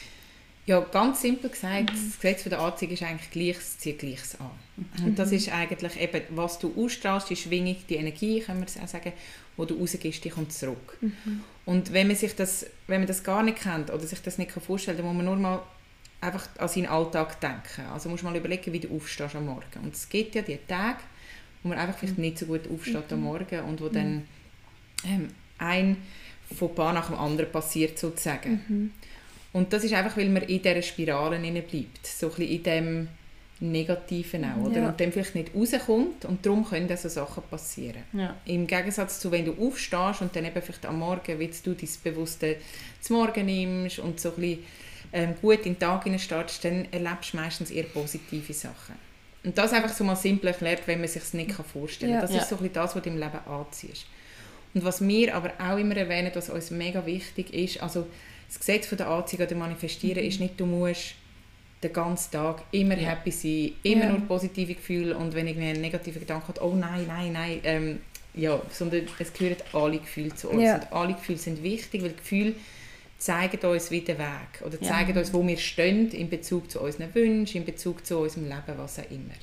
Ja, ganz simpel gesagt, mhm. das Gesetz von der Anziehung ist eigentlich Gleiches zieht Gleiches an. Mhm. Und das ist eigentlich eben, was du ausstrahlst, die Schwingung, die Energie, können wir es auch sagen, die du rausgibst, die kommt zurück. Mhm. Und wenn man sich das, wenn man das gar nicht kennt oder sich das nicht vorstellen kann, dann muss man nur mal einfach an seinen Alltag denken. Also muss man mal überlegen, wie du aufstehst am Morgen. Und es gibt ja die Tage, wo man einfach vielleicht nicht so gut aufsteht am Morgen und wo dann ähm, ein Fauxpas nach dem anderen passiert sozusagen. Mhm. Und das ist einfach, weil man in dieser Spirale bleibt, so ein bisschen in dem Negativen auch, oder? Ja. Und dann vielleicht nicht rauskommt und darum können so Sachen passieren. Ja. Im Gegensatz zu, wenn du aufstehst und dann eben vielleicht am Morgen, wie du dein Bewusste zum Morgen nimmst und so ein bisschen ähm, gut in den Tag startest, dann erlebst du meistens eher positive Sachen. Und das einfach so mal simpel erklärt, wenn man sich es nicht vorstellen kann. Ja. Das ist so ein bisschen das, was du im Leben anziehst. Und was wir aber auch immer erwähnen, was uns mega wichtig ist, also das Gesetz von der Anziehung oder Manifestieren mhm. ist nicht, du musst den ganzen Tag immer ja. happy sein, immer ja. nur positive Gefühle und wenn irgendwie ein negativer Gedanke hat, oh nein, nein, nein, ähm, ja, sondern es gehören alle Gefühle zu uns. Ja. Und alle Gefühle sind wichtig, weil Gefühle zeigen uns wie den Weg oder ja. zeigen uns, wo wir stehen in Bezug zu unseren Wünschen, in Bezug zu unserem Leben, was auch immer.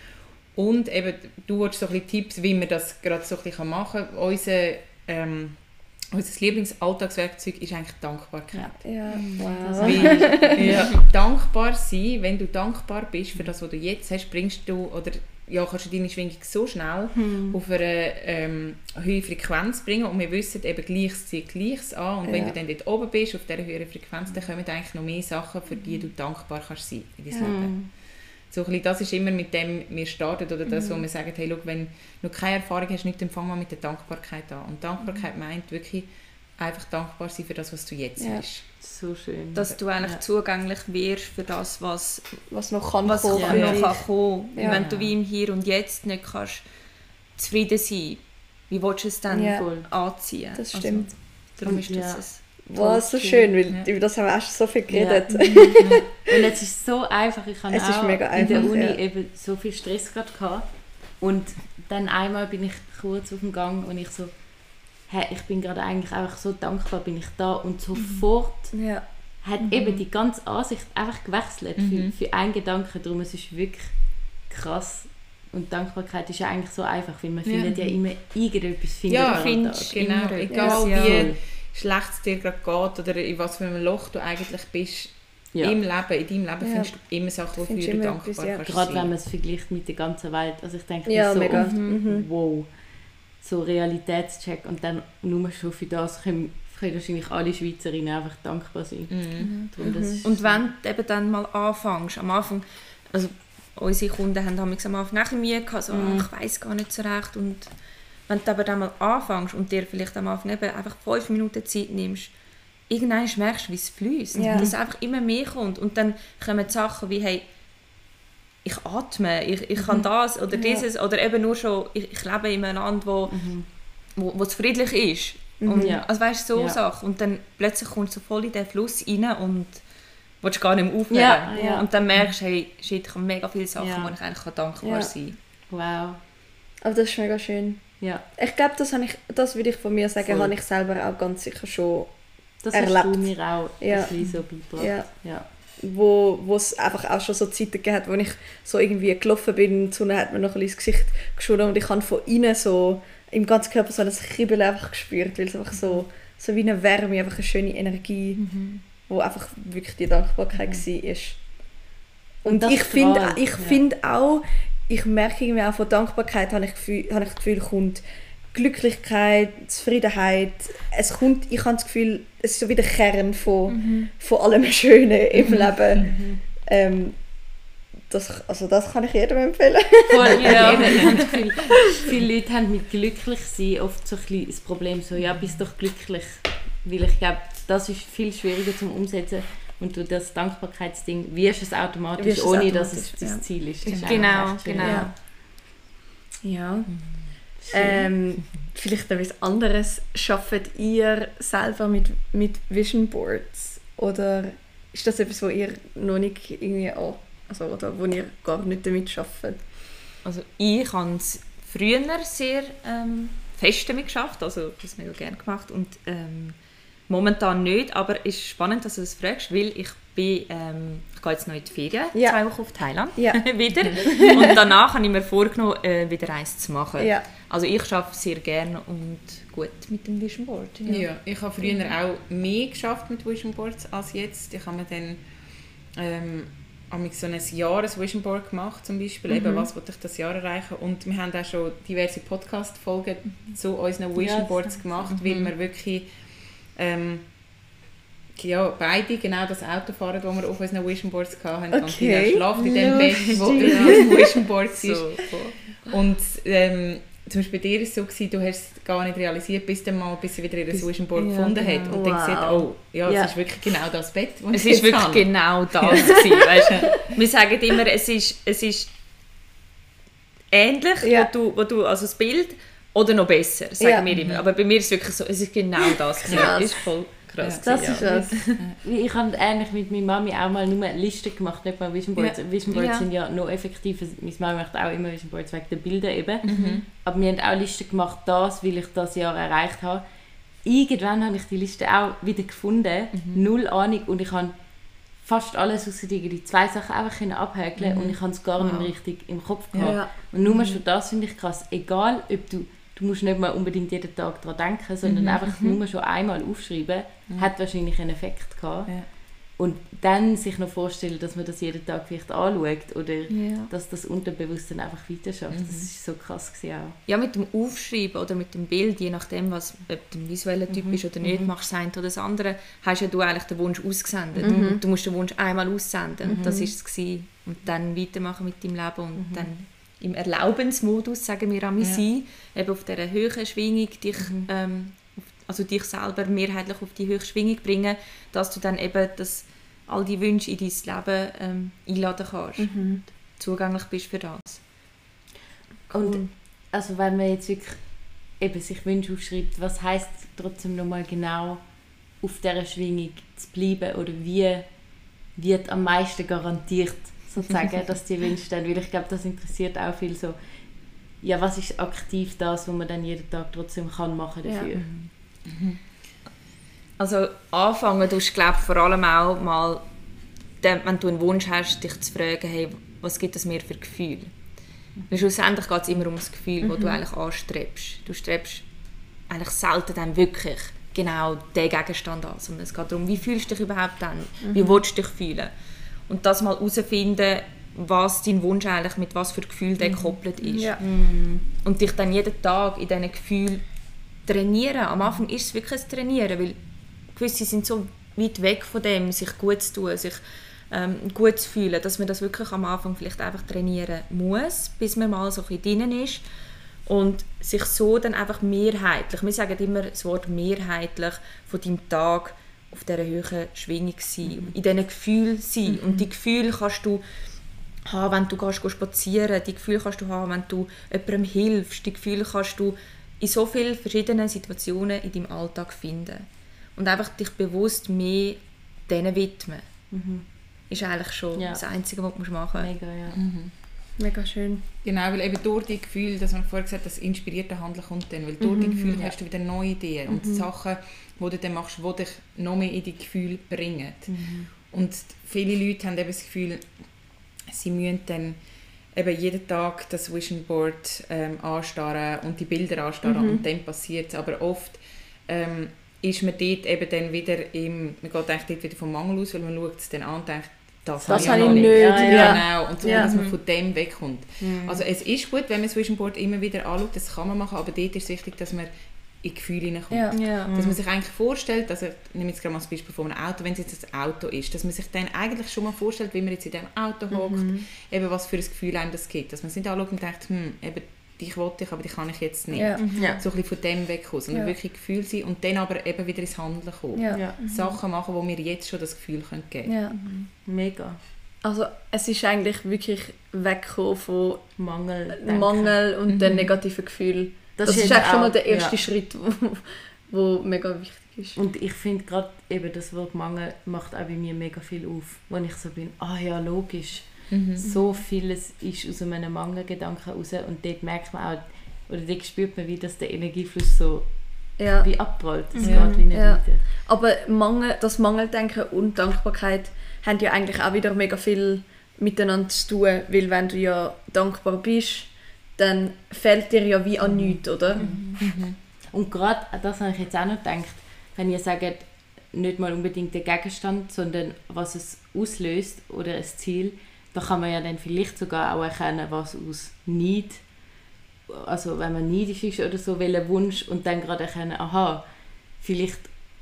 Und eben, du hast so ein bisschen Tipps, wie man das gerade so ein bisschen machen kann. Unser, ähm, unser Lieblingsalltagswerkzeug ist eigentlich Dankbarkeit. Ja, wow. Weil, ja, dankbar sein, wenn du dankbar bist für das, was du jetzt hast, bringst du, oder ja, kannst du deine Schwingung so schnell hm. auf eine ähm, hohe Frequenz bringen. Und wir wissen eben, Gleiches zieht Gleiches an. Und ja. wenn du dann dort oben bist, auf dieser höheren Frequenz, dann kommen eigentlich noch mehr Sachen, für die du dankbar kannst sein in deinem ja. Leben. So ein bisschen, das ist immer mit dem wir starten oder das, mhm. wo wir sagen, hey, schau, wenn du keine Erfahrung hast, nicht, dann fang mal mit der Dankbarkeit an. Und Dankbarkeit mhm. meint wirklich einfach dankbar sein für das, was du jetzt ja. hast. So schön. Dass du eigentlich ja. zugänglich wirst für das, was, was noch kann was kommen. Ja. Noch kann kommen. Ja. Wenn du wie im Hier und Jetzt nicht kannst zufrieden sein, wie willst du es dann ja. anziehen? Das stimmt. Also, darum ist das ja. es. Wow, so schön, weil ja. über das haben wir auch schon so viel geredet. Ja. Und es ist so einfach. Ich hatte auch in einfach, der Uni ja. eben so viel Stress gerade gehabt. Und dann einmal bin ich kurz auf dem Gang und ich so, hey, ich bin gerade eigentlich einfach so dankbar, bin ich da. Und sofort ja. hat mhm. eben die ganze Ansicht einfach gewechselt mhm. für, für einen Gedanken. Darum es ist wirklich krass. Und Dankbarkeit ist ja eigentlich so einfach, weil man ja. findet ja immer irgendetwas. Findet ja, findest genau. Immer. Egal ja. wie schlecht es dir gerade geht oder in was für einem Loch du eigentlich bist, ja. im Leben, in deinem Leben ja. findest du immer Sachen, wofür du dankbar etwas, ja. kannst Gerade sein. wenn man es vergleicht mit der ganzen Welt. Also ich denke ja, so mega. oft, mhm. wow, so Realitätscheck und dann nur schon für das können, können wahrscheinlich alle Schweizerinnen einfach dankbar sein. Mhm. Darum, das mhm. Und wenn du eben dann mal anfängst, am Anfang, also unsere Kunden haben am Anfang auch ein bisschen Mühe gehabt, so, mhm. oh, ich weiss gar nicht so recht. Und wenn du aber dann mal anfängst und dir vielleicht am Anfang eben einfach fünf Minuten Zeit nimmst, irgendwann merkst du, wie es fließt. Ja. Dass es einfach immer mehr kommt. Und dann kommen Sachen wie, hey, ich atme, ich, ich kann das oder dieses, ja. oder eben nur schon, ich, ich lebe in einem Land, wo, mhm. wo, wo es friedlich ist. Mhm. Und, ja. Also weißt du, so ja. Sachen. Und dann plötzlich kommst du so voll in den Fluss rein und willst gar nicht mehr aufhören. Ja. Ja. Und dann merkst du, hey, shit, ich habe mega viele Sachen, ja. wo ich eigentlich dankbar ja. sein kann. Wow. Aber das ist mega schön. Ja. Ich glaube, das, ich, das würde ich von mir sagen, habe ich selber auch ganz sicher schon das erlebt. Das hast du mir auch ja. ein bisschen so beigebracht. Ja. Ja. Wo, wo es einfach auch schon so Zeiten gegeben hat, wo ich so irgendwie gelaufen bin und die Sonne hat mir noch ein bisschen ins Gesicht geschoben und ich habe von innen so im ganzen Körper so ein Kribbeln einfach gespürt, weil es einfach so, so wie eine Wärme, einfach eine schöne Energie, mhm. wo einfach wirklich die Dankbarkeit mhm. war. Und, und ich finde ich ja. find auch, ich merke irgendwie auch von Dankbarkeit, habe ich, Gefühl, habe ich das Gefühl, kommt Glücklichkeit, Zufriedenheit. Es kommt, ich habe das Gefühl, es ist so wie der Kern von, mhm. von allem Schönen im Leben. Mhm. Ähm, das, also das kann ich jedem empfehlen. Voll, ja. Eben, ich habe das Gefühl, viele Leute haben mit glücklich sein oft so ein bisschen das Problem, so, ja, bist doch glücklich. Weil ich glaube, das ist viel schwieriger zum Umsetzen. Und du das Dankbarkeitsding wirst es automatisch, wirst ohne es automatisch, dass es das ja. Ziel ist. Das ist genau, genau. Ja. ja. Ähm, vielleicht etwas anderes. Schafft ihr selber mit, mit Vision Boards? Oder ist das etwas, wo ihr noch nicht irgendwie auch, also, oder wo ihr gar nicht damit arbeitet? Also ich habe es früher sehr ähm, fest damit geschafft, also ich habe es mega gerne gemacht und ähm, momentan nicht, aber es ist spannend, dass du das fragst, weil ich bin, ähm, ich gehe jetzt noch in die Ferien, ja. zwei Wochen auf Thailand ja. wieder und danach habe ich mir vorgenommen, äh, wieder eins zu machen. Ja. Also ich arbeite sehr gerne und gut mit dem Vision Board. Ja, ja ich habe früher ja. auch mehr geschafft mit Vision Boards als jetzt. Ich habe mir dann ähm, so ein Jahres Vision Board gemacht, zum Beispiel, mhm. eben, was wollte ich das Jahr erreichen, und wir haben auch schon diverse Podcast-Folgen zu unseren Vision Boards ja, gemacht, mhm. weil wir wirklich ähm, ja, beide genau das Auto fahren, das wir auf unseren Vision Boards hatten. Okay. Und Tina schlaft in dem Bett, wo das Vision Board ist. So, und ähm, zum Beispiel bei dir war es so, gewesen, du hast es gar nicht realisiert, bis dann mal bis sie wieder ihr Vision Board ja, gefunden genau. hat. Und wow. dann gesagt, oh, ja, ja, es ist wirklich genau das Bett, das es ist wirklich habe. Genau das gewesen, weißt du? Wir sagen immer, es ist, es ist ähnlich, ja. wo du, wo du, also das Bild, oder noch besser, sagen ja. wir immer. Aber bei mir ist es wirklich so, es ist genau das gewesen. Ja. Ist voll krass. Ja, das ja. ist das. Ich habe eigentlich mit meiner Mami auch mal nur Listen gemacht, nicht mal Vision Boards. Ja. Vision Boards ja. sind ja noch effektiv. Meine Mami macht auch immer Vision Boards wegen der Bilder eben. Mhm. Aber wir haben auch Listen gemacht, das, weil ich das Jahr erreicht habe. Irgendwann habe ich die Liste auch wieder gefunden, mhm. null Ahnung, und ich habe fast alles außer die zwei Sachen einfach abhäkeln mhm. und ich habe es gar nicht mehr richtig im Kopf gehabt. Ja. Und nur mhm. schon das finde ich krass. Egal, ob du Du musst nicht mal unbedingt jeden Tag daran denken, sondern mhm. einfach nur schon einmal aufschreiben, mhm. hat wahrscheinlich einen Effekt gehabt. Ja. Und dann sich noch vorstellen, dass man das jeden Tag vielleicht anschaut oder Ja. dass das Unterbewusstsein einfach weiter schafft. Mhm. Das ist so krass gewesen auch. Ja, mit dem Aufschreiben oder mit dem Bild, je nachdem, was, ob du ein visueller Typ Mhm. bist oder nicht, Mhm. machst du das eine oder das andere, hast ja du eigentlich den Wunsch ausgesendet. Mhm. Du musst den Wunsch einmal aussenden. Mhm. Das war es. Gewesen. Und dann weitermachen mit deinem Leben und Mhm. dann im Erlaubensmodus, sagen wir einmal, Ja. sein, eben auf dieser höheren Schwingung, dich, Mhm. ähm, auf- also dich selber mehrheitlich auf die höhere Schwingung bringen, dass du dann eben das, all die Wünsche in dein Leben ähm, einladen kannst. Mhm. Zugänglich bist für das. Und also wenn man jetzt wirklich eben sich Wünsche aufschreibt, was heisst trotzdem nochmal genau auf dieser Schwingung zu bleiben oder wie wird am meisten garantiert sozusagen, dass die Wünsche dann, weil ich glaube, das interessiert auch viel so, ja, was ist aktiv das, was man dann jeden Tag trotzdem kann machen dafür. Ja. Also anfangen tust du, glaube ich, vor allem auch mal, dann, wenn du einen Wunsch hast, dich zu fragen, hey, was gibt es mir für Gefühle? Weil schlussendlich geht es immer um das Gefühl, das Mhm. du eigentlich anstrebst. Du strebst eigentlich selten dann wirklich genau den Gegenstand an, sondern es geht darum, wie fühlst du dich überhaupt dann? Wie willst du dich fühlen? Und das mal herausfinden, was dein Wunsch eigentlich mit was für Gefühl der gekoppelt ist. Ja. Und dich dann jeden Tag in diesen Gefühlen trainieren. Am Anfang ist es wirklich ein Trainieren, weil gewisse sind so weit weg von dem, sich gut zu tun, sich ähm, gut zu fühlen, dass man das wirklich am Anfang vielleicht einfach trainieren muss, bis man mal so ein bisschen drin ist und sich so dann einfach mehrheitlich, wir sagen immer das Wort mehrheitlich, von deinem Tag auf dieser höheren Schwingung sein, mhm. in diesen Gefühlen sein. Mhm. Und die Gefühle kannst du haben, wenn du gehst, gehst spazieren, die Gefühle kannst du haben, wenn du jemandem hilfst, die Gefühle kannst du in so vielen verschiedenen Situationen in deinem Alltag finden. Und einfach dich bewusst mehr denen widmen. Mhm. Ist eigentlich schon Ja. das Einzige, was du machen musst. Mega, ja. Mhm. Mega schön. Genau, weil eben durch die Gefühle, dass man vorher gesagt hat, das inspirierte Handeln kommt dann, weil durch die Gefühle ja. hast du wieder neue Ideen und Sachen, die du dann machst, die dich noch mehr in die Gefühle bringen. Mhm. Und viele Leute haben eben das Gefühl, sie müssen dann eben jeden Tag das Vision Board ähm, anstarren und die Bilder anstarren Mhm. und dann passiert es. Aber oft ähm, ist man dort eben dann wieder im, man geht eigentlich dort wieder vom Mangel aus, weil man schaut es dann an und denkt, das, Das habe habe ich ich noch nicht, Ja, ja. Genau, und so, Ja. dass man von dem wegkommt. Also es ist gut, wenn man das Vision Board immer wieder anschaut, das kann man machen, aber dort ist es wichtig, dass man in Gefühle hineinkommt. Ja. Ja. Dass man sich eigentlich vorstellt, also ich nehme jetzt gerade mal das Beispiel von einem Auto, wenn es jetzt ein Auto ist, dass man sich dann eigentlich schon mal vorstellt, wie man jetzt in diesem Auto hockt, eben was für ein Gefühl einem das gibt. Dass man es nicht anschaut und denkt, hm, eben, dich wollte ich, aber die kann ich jetzt nicht. Ja. Ja. So ein bisschen von dem wegkommen, sondern Ja. wirklich Gefühl sein und dann aber eben wieder ins Handeln kommen. Ja. Ja. Sachen machen, wo mir jetzt schon das Gefühl geben können. Ja. Mega. Also es ist eigentlich wirklich weggekommen von Mangel. denken. Mangel und den negativen Gefühlen. Das, Das ist ist eigentlich schon auch- mal der erste ja. Schritt, wo, wo mega wichtig ist. Und ich finde gerade eben das Wort Mangel macht auch bei mir mega viel auf. Wenn ich so bin, ah ja, logisch. So vieles ist aus einem Mangelgedanken raus und dort merkt man auch, oder dort spürt man, wie das der Energiefluss so Ja. wie abprallt. Es Ja. geht wie nicht Ja. weiter. Aber Mangel, das Mangeldenken und Dankbarkeit haben ja eigentlich auch wieder mega viel miteinander zu tun, weil wenn du ja dankbar bist, dann fällt dir ja wie an nichts, oder? Und gerade das habe ich jetzt auch noch gedacht, wenn ihr sagt, nicht mal unbedingt der Gegenstand, sondern was es auslöst oder ein Ziel, da kann man ja dann vielleicht sogar auch erkennen, was aus Neid, also wenn man neidisch ist oder so, welcher Wunsch und dann gerade erkennen, aha, vielleicht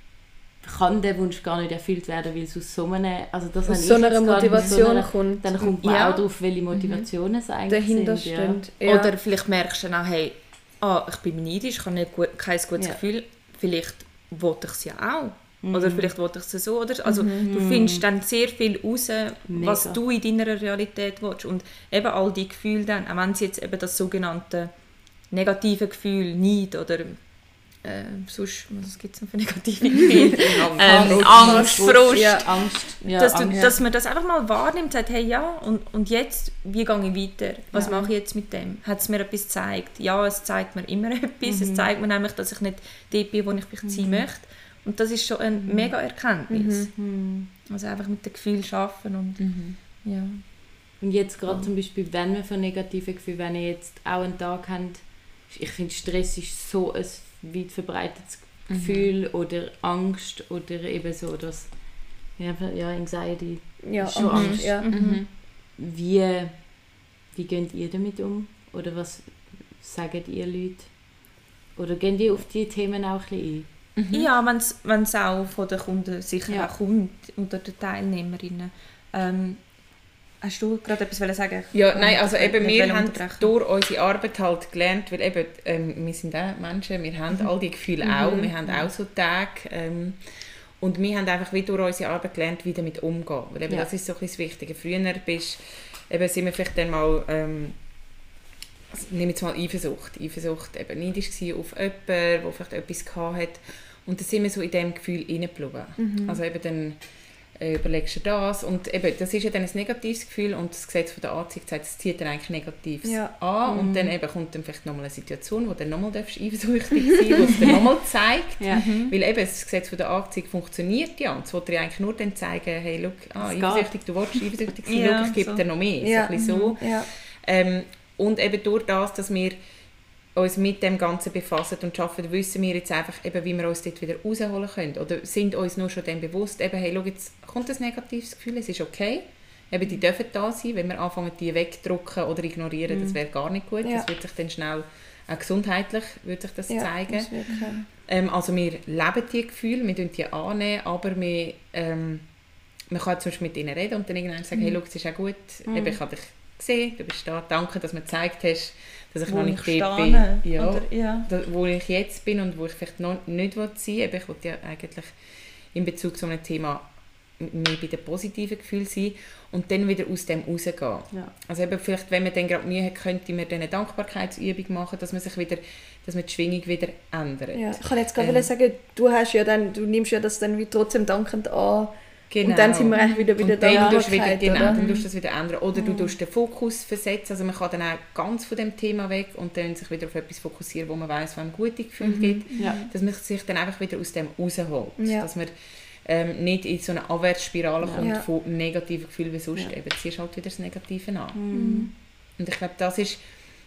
kann der Wunsch gar nicht erfüllt werden, weil es aus so einer, also das habe Aus ich so jetzt einer gerade, aus Motivation so einer- kommt, dann kommt man Ja. auch darauf, welche Motivationen es eigentlich dahinter sind. steht. Ja. Oder vielleicht merkst du dann auch, hey, ah, ich bin neidisch, ich habe nicht gut, kein gutes Ja. Gefühl, vielleicht wollte ich es ja auch. Oder vielleicht wollte ich es so. Oder? Also du findest dann sehr viel raus, was Mega. du in deiner Realität willst. Und eben all die Gefühle dann, auch wenn sie jetzt eben das sogenannte negative Gefühl, Neid oder äh, sonst, was gibt es noch für negative Gefühle? ähm, Angst, Frust. Ja. Angst. Ja, dass, du, Angst. dass man das einfach mal wahrnimmt und sagt, hey ja, und, und jetzt, wie gehe ich weiter? Was Ja. mache ich jetzt mit dem? Hat es mir etwas gezeigt? Ja, es zeigt mir immer etwas. Mhm. Es zeigt mir nämlich, dass ich nicht dort bin, wo ich vielleicht sein möchte. Und das ist schon eine mega Erkenntnis. Mhm. Also einfach mit dem Gefühl arbeiten und ja. Und jetzt gerade zum Beispiel, wenn wir von negativen Gefühlen, wenn ihr jetzt auch einen Tag habt, ich finde Stress ist so ein weit verbreitetes Gefühl oder Angst oder eben so das Ja, ja, Anxiety. Ja, Schon mhm. Angst. Ja. Mhm. Wie, wie geht ihr damit um? Oder was sagen ihr Leute? Oder gehen die auf diese Themen auch ein bisschen ein? Mhm. Ja, wenn es auch von den Kunden sicher Ja. auch kommt, oder den Teilnehmerinnen. Ähm, hast du gerade etwas sagen? Ja, nein, also eben, Nicht wir haben unterbrechen. durch unsere Arbeit halt gelernt, weil eben, ähm, wir sind auch Menschen, wir haben all die Gefühle auch, wir haben auch so Tage. Ähm, und wir haben einfach wie durch unsere Arbeit gelernt, wie damit umgehen. Weil eben, Ja. das ist so ein bisschen das Wichtige. Früher bist, eben, sind wir vielleicht dann mal, ähm, also, nehmen wir jetzt mal Eifersucht. Eifersucht eben neidisch gewesen auf jemanden, der vielleicht etwas gehabt hat. Und dann sind wir so in diesem Gefühl reingeblieben. Mhm. Also eben dann äh, überlegst du das. Und eben, das ist ja dann ein negatives Gefühl und das Gesetz von der Anziehung sagt, es zieht dann eigentlich Negatives Ja. an. Und dann eben kommt dann vielleicht nochmal eine Situation, wo du dann nochmal eifersüchtig sein darfst, wo es dann nochmal zeigt. Ja. Weil eben das Gesetz von der Anziehung funktioniert ja. Und es will dir eigentlich nur dann zeigen, hey, look, ah, Es eifersüchtig, du willst eifersüchtig sein, Ja, look, ich gebe so. dir noch mehr. Ja. So ein bisschen so. Ja. Ähm, und eben durch das, dass wir uns mit dem Ganzen befassen und arbeiten, wissen wir jetzt einfach, eben, wie wir uns dort wieder rausholen können. Oder sind uns nur schon dem bewusst, eben, hey, schau, jetzt kommt ein negatives Gefühl, es ist okay. Eben, die dürfen da sein. Wenn wir anfangen, die wegdrücken oder ignorieren, das wäre gar nicht gut. Ja. Das wird sich dann schnell, auch gesundheitlich wird sich das Ja, zeigen. das wird können. Ähm, also wir leben die Gefühle, wir nehmen die annehmen, aber wir, ähm, man kann zum Beispiel mit ihnen reden und dann irgendwann sagen, hey, schau, es ist auch gut, eben, ich habe dich gesehen, du bist da, danke, dass du mir gezeigt hast, dass ich Wo noch nicht ich dort stehe, bin, ja, oder- ja. da, wo ich jetzt bin und wo ich vielleicht noch nicht sein will. Eben, ich will ja eigentlich in Bezug zu einem Thema mehr bei den positiven Gefühlen sein und dann wieder aus dem rausgehen. Ja. Also eben vielleicht, wenn man dann gerade Mühe hat, könnte man dann eine Dankbarkeitsübung machen, dass man sich wieder, dass man die Schwingung wieder ändert. Ja, ich kann jetzt gerade Ähm. sagen, du hast ja dann, du nimmst ja das dann wie trotzdem dankend an. Genau. Und dann sind wir eigentlich wieder bei der und dann tust du wieder, Dankbarkeit, genau, oder? dann tust du das wieder ändern. Oder du tust den Fokus versetzen. Also man kann dann auch ganz von dem Thema weg und dann sich wieder auf etwas fokussieren, wo man weiss, wo einem gute Gefühle gibt. Ja. Dass man sich dann einfach wieder aus dem rausholt. Ja. Dass man ähm, nicht in so eine Abwärtsspirale Ja. kommt Ja. von negativen Gefühlen, wie sonst Ja. eben ziehst du halt wieder das Negative an. Mhm. Und ich glaube, das ist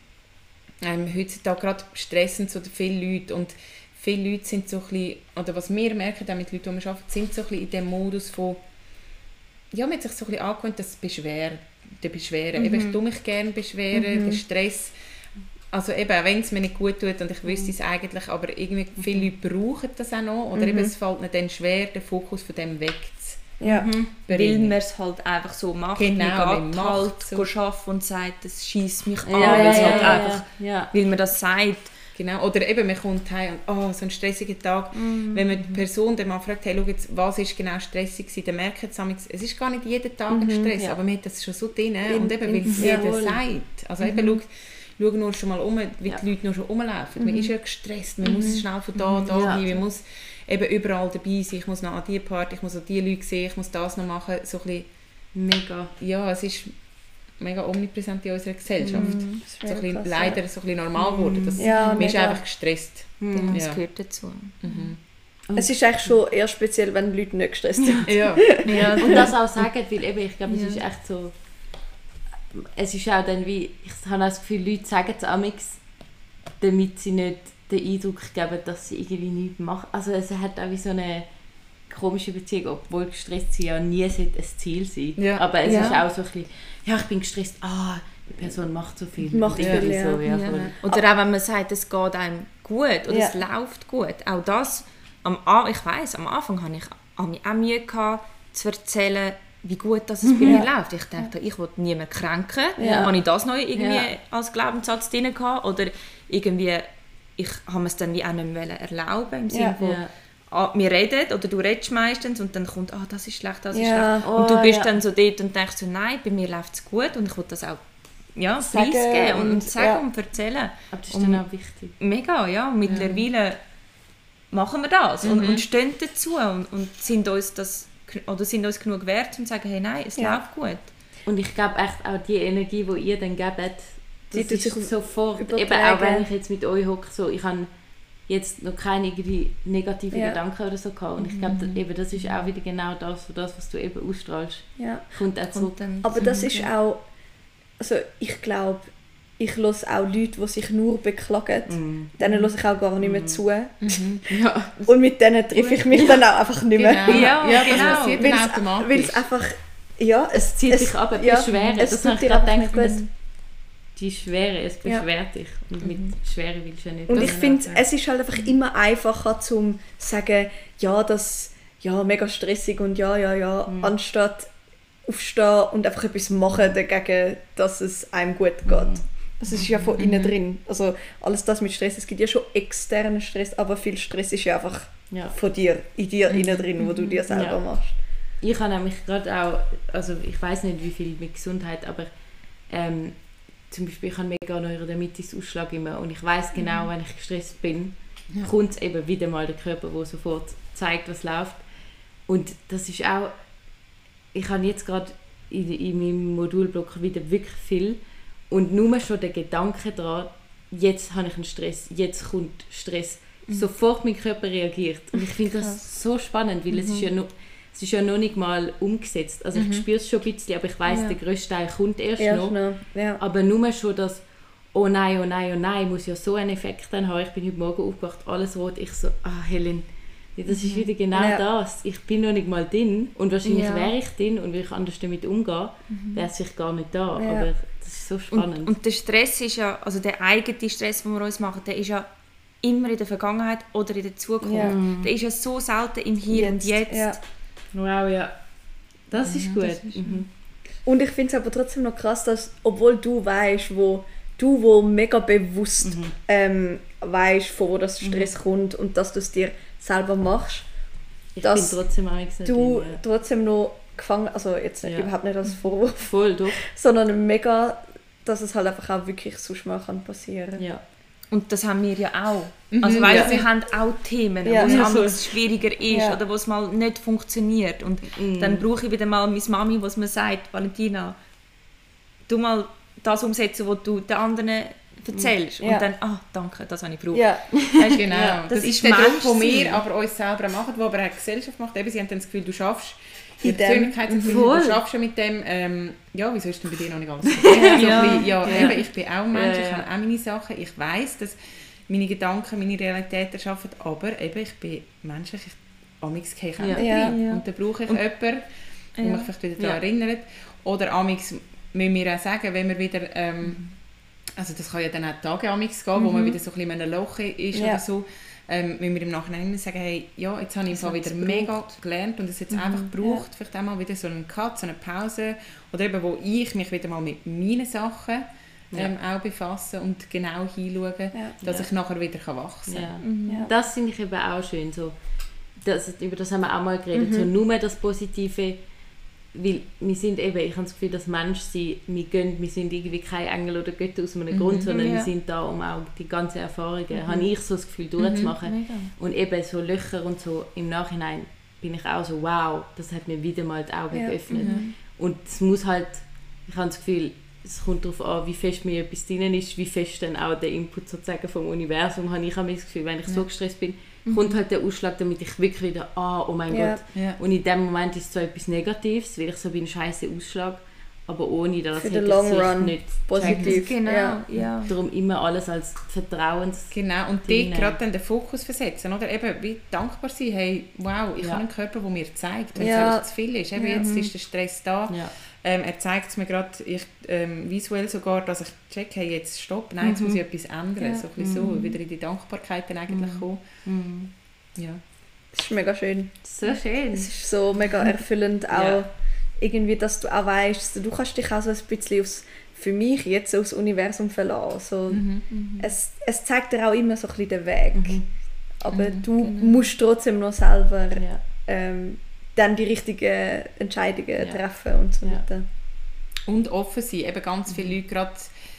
ähm, heutzutage gerade stressend für viele Leute. Und viele Leute sind so ein bisschen, oder was wir merken, auch mit Leuten, die wir arbeiten, sind so ein bisschen in dem Modus von, ja, man hat sich so ein bisschen angewöhnt, dass Beschwer, der Beschweren, eben, ich tue mich gerne beschweren, der Stress, also eben, auch wenn es mir nicht gut tut und ich wüsste es eigentlich, aber irgendwie viele Leute brauchen das auch noch, oder eben, es fällt ihnen dann schwer, den Fokus von dem wegzubringen. Ja. Weil man es halt einfach so macht. Genau, man man geht macht halt so. go arbeiten und sagt, das schießt mich an, Ja, weil ja, es halt ja, einfach, ja, ja. weil man das sagt. Genau, oder eben, man kommt heim und oh, so ein stressiger Tag. Wenn man die Person dann mal fragt, hey, schau jetzt, was ist genau stressig gewesen, dann merkt man, es ist gar nicht jeden Tag ein Stress, ja. aber man hat das schon so drin. In- Und eben, weil es in- jeder jawohl. sagt. Also eben, schau, schau nur schon mal um, wie Ja. die Leute nur schon rumlaufen. Man ist ja gestresst, man muss schnell von da, da Ja. hin, man muss eben überall dabei sein, ich muss noch an diese Party, ich muss an diese Leute sehen, ich muss das noch machen. So ein bisschen, Mega. ja, es ist mega omnipräsent in unserer Gesellschaft. Das ist So ein wirklich bisschen, krass, leider so ein bisschen normal geworden. Das, Ja, man ist mega. einfach gestresst. Mhm. Das Ja. gehört dazu. Mhm. Es ist eigentlich schon eher speziell, wenn die Leute nicht gestresst sind. Ja. Ja, Und das auch sagen, weil eben, ich glaube, es Ja. ist echt so, es ist auch dann wie, ich habe auch das Gefühl, Leute sagen es amix, damit sie nicht den Eindruck geben, dass sie irgendwie nichts machen. Also es hat auch wie so eine komische Beziehung, obwohl gestresst sein ja nie sollte ein Ziel sein. Ja. Aber es Ja. ist auch so ein bisschen, ja, ich bin gestresst, ah, die Person macht so viel. Macht Und viel, irgendwie ja. so, ja, Ja. voll. Oder auch wenn man sagt, es geht einem gut oder Ja. es läuft gut. Auch das, am, A- ich weiss, am Anfang hatte ich auch Mühe gehabt, zu erzählen, wie gut das es bei mir läuft. Ich dachte, ich will niemanden kränken. Ja. Habe ich das noch irgendwie Ja. als Glaubenssatz drin gehabt? Oder irgendwie, ich habe mir es dann wie auch nicht mehr erlauben im Sinne Ja. von, Ja. ah, wir reden oder du redest meistens und dann kommt, ah, das ist schlecht, das ist Ja. schlecht. Und du Oh, bist ja. dann so dort und denkst so, nein, bei mir läuft es gut und ich will das auch ja, Sagen preisgeben und, und- und sagen ja. und erzählen. Aber das ist Und- dann auch wichtig. Mega, ja. Und mittlerweile machen wir das und, und stehen dazu und, und sind, uns das, oder sind uns genug wert, um zu sagen, hey, nein, es Ja. läuft gut. Und ich glaube echt auch die Energie, die ihr dann gebt, Die das tut ist sich sofort, übertragen. eben auch wenn ich jetzt mit euch hocke, so, ich habe jetzt noch keine irgendwie negativen Ja. Gedanken oder so gehabt. Und ich glaube, das, eben, das ist auch wieder genau das, für das, was du eben ausstrahlst. Ja. Kommt auch zurück. Und dann, Aber das ist auch, also ich glaube, ich höre auch Leute, die sich nur beklagen. Mhm. Denen höre ich auch gar nicht mehr zu. Ja. Und mit denen treffe ich mich dann auch einfach nicht mehr. Genau. Ja, ja, genau. das passiert dann Weil automatisch. es einfach... Ja, Es zieht dich ab, ja, Beschweren. es Das tut habe ich dir gerade einfach gedacht. nicht gut. Die Schwere, es Ja. beschwert dich. Und mit Schwere willst du ja nicht. Und Das ich ist finde, auch- es ist halt einfach immer einfacher zu sagen, ja, das ja, mega stressig und ja, ja, ja, Mhm. anstatt aufstehen und einfach etwas machen dagegen, dass es einem gut geht. Das ist ja von innen drin. Also alles das mit Stress, es gibt ja schon externen Stress, aber viel Stress ist ja einfach Ja. von dir, in dir innen drin, wo du dir selber Ja. machst. Ich habe nämlich gerade auch, also ich weiß nicht, wie viel mit Gesundheit, aber ähm, zum Beispiel ich habe mega Neurodermitis-Ausschlag immer und ich weiß genau, wenn ich gestresst bin, kommt es eben wieder mal der Körper, der sofort zeigt, was läuft. Und das ist auch, ich habe jetzt gerade in, in meinem Modulblock wieder wirklich viel und nur schon der Gedanke daran, jetzt habe ich einen Stress, jetzt kommt Stress, sofort mein Körper reagiert. Und ich finde das so spannend, weil es ist ja noch Es ist ja noch nicht mal umgesetzt. Also ich spüre es schon ein bisschen, aber ich weiss, Ja. der grösste Teil kommt erst Ja, noch. schnell. Ja. Aber nur schon das «Oh nein, oh nein, oh nein» muss ja so einen Effekt dann haben. Ich bin heute Morgen aufgewacht, alles rot. Ich so «Ah, Helen, das ist wieder genau Ja. das. Ich bin noch nicht mal drin und wahrscheinlich Ja. wäre ich drin und würde ich anders damit umgehen, wäre es vielleicht gar nicht da.» Ja. Aber das ist so spannend. Und, und der Stress ist ja, also der eigene Stress, den wir uns machen, der ist ja immer in der Vergangenheit oder in der Zukunft. Ja. Der ist ja so selten im Hier und Jetzt. Ja. Wow, ja. Das ist gut. das ist mhm. Und ich finde es aber trotzdem noch krass, dass, obwohl du weißt, wo du wo mega bewusst Mhm. ähm, weißt, von wo das Stress kommt und dass du es dir selber machst, Ich dass bin trotzdem auch nicht du drin, ja. trotzdem noch gefangen, also jetzt nicht, Ja. überhaupt nicht als Vorwurf, Voll, doch. sondern mega, dass es halt einfach auch wirklich sonst mal kann passieren. Ja. Und das haben wir ja auch. Mhm, Also weißt, ja. wir haben auch Themen, Ja. wo es Ja, manchmal voll. schwieriger ist Ja. oder wo es mal nicht funktioniert. Und dann brauche ich wieder mal meine Mami, was mir sagt, Valentina, du mal das umsetzen, was du den anderen erzählst. Ja. Und dann, ah, danke, das habe ich gebraucht. Ja, Weißt, Genau, ja, das, das ist ist der Druck, den Menschsein. wir aber uns selber machen, den aber auch die Gesellschaft macht. Eben, sie haben dann das Gefühl, du schaffst In in dem. Persönlichkeitsentwicklung, Voll. du schaffst ja mit dem, ähm, ja, wieso ist denn bei dir noch nicht alles passiert? So Ja. ein bisschen, ja, Ja. eben, ich bin auch ein Mensch, Ja, ich ja. habe auch meine Sachen, ich weiss, dass meine Gedanken meine Realität erschaffen, aber eben, ich bin menschlich, ich, amigs gehe ich auch Ja. nicht Ja. rein. Ja. Und dann brauche ich Und- jemanden, der Ja. mich vielleicht wieder daran Ja. erinnert. Oder amigs müssen wir auch sagen, wenn wir wieder, ähm, also das kann ja dann auch Tage amigs gehen, wo man wieder so ein bisschen in einem Loch ist Ja. oder so, ähm, müssen wir im Nachhinein immer sagen, hey, ja, jetzt habe ich im Fall wieder hat's mega gelernt und es jetzt einfach gebraucht, vielleicht auch mal wieder so einen Cut, so eine Pause oder eben, wo ich mich wieder mal mit meinen Sachen ähm, auch befasse und genau hinschaue, Ja. dass Ja. ich nachher wieder kann wachsen kann. Ja. Ja. Das finde ich eben auch schön. So, das, über das haben wir auch mal geredet. So, nur das Positive, weil wir sind eben, ich habe das Gefühl, dass Menschsein, wir, gehen, wir sind irgendwie kein Engel oder Götter aus einem Grund, sondern Ja. wir sind da, um auch die ganzen Erfahrungen, habe ich so das Gefühl, durchzumachen. Mega. Und eben so Löcher und so, im Nachhinein bin ich auch so, wow, das hat mir wieder mal die Augen Ja. geöffnet. Und es muss halt, ich habe das Gefühl, es kommt darauf an, wie fest mir etwas drin ist, wie fest dann auch der Input sozusagen vom Universum, habe ich auch das Gefühl, wenn ich so gestresst bin, kommt halt der Ausschlag, damit ich wirklich wieder, ah, oh mein Ja. Gott. Ja. Und in dem Moment ist es zwar etwas Negatives, weil ich so bin, scheiße Ausschlag, aber ohne das Für hätte den ich Long es Run nicht positiv. Genau, Ja. ja. Darum immer alles als Vertrauens... Genau, und Drin. dort gerade dann den Fokus versetzen, oder? Eben, wie dankbar sein, hey, wow, ich Ja. habe einen Körper, der mir zeigt, wenn Ja. es einfach zu viel ist. Eben, Ja. jetzt ist der Stress da, Ja. ähm, er zeigt es mir gerade ich, ähm, visuell sogar, dass ich check, hey, jetzt stopp, nein, jetzt muss ich etwas ändern, Ja. so ein bisschen so, wieder in die Dankbarkeit dann eigentlich kommen. Mhm. Ja. Das ist mega schön. So schön. Es ist so mega erfüllend auch, Ja. irgendwie, dass du auch weißt, du kannst dich auch so ein bisschen aufs, für mich jetzt aufs Universum verlassen. So, es, es zeigt dir auch immer so ein bisschen den Weg. Aber du musst trotzdem noch selber Ja. ähm, dann die richtigen Entscheidungen Ja. treffen und so Ja. weiter. Und offen sein, eben ganz viele Leute, gerade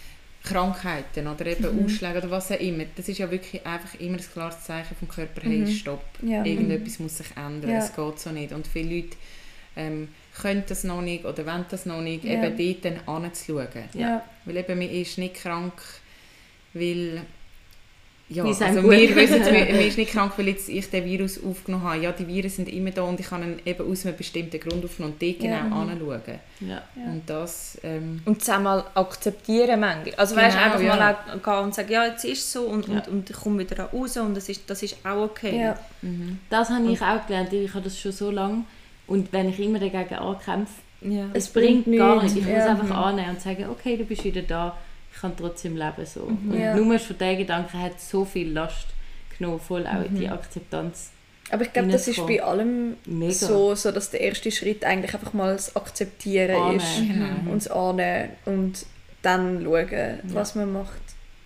Krankheiten oder eben Ausschläge oder was auch immer, das ist ja wirklich einfach immer ein klares Zeichen vom Körper, hey, stopp, Ja. irgendetwas muss sich ändern, Ja. es geht so nicht. Und viele Leute ähm, können das noch nicht oder wollen das noch nicht, Ja. eben dort dann hinzuschauen. Ja. Weil eben, man ist nicht krank, weil Ja, Die sind also gut. wir wissen, mir, mir ist nicht krank, weil jetzt ich den Virus aufgenommen habe. Ja, die Viren sind immer da und ich kann ihn eben aus einem bestimmten Grund aufnehmen und dort genau Ja. anschauen. Ja. Und das... Ähm, Und es auch mal akzeptieren manchmal. Also weißt, Genau, einfach ja. mal auch gehen und sagen, ja, jetzt ist es so und, Ja. und, und ich komme wieder raus und das ist, das ist auch okay. Ja. Das habe ich auch gelernt. Ich habe das schon so lange. Und wenn ich immer dagegen ankämpfe, Ja. es bringt gar nichts. nichts. Ich Ja. muss einfach annehmen und sagen, okay, du bist wieder da. Ich kann trotzdem leben. So. Und Ja. nur schon der Gedanke hat so viel Last genommen, voll auch die Akzeptanz. Aber ich glaube, das ist reinzukommen. bei allem Mega. so, so, dass der erste Schritt eigentlich einfach mal das Akzeptieren Annehmen, ist genau. und das Annehmen und dann schauen, was man macht.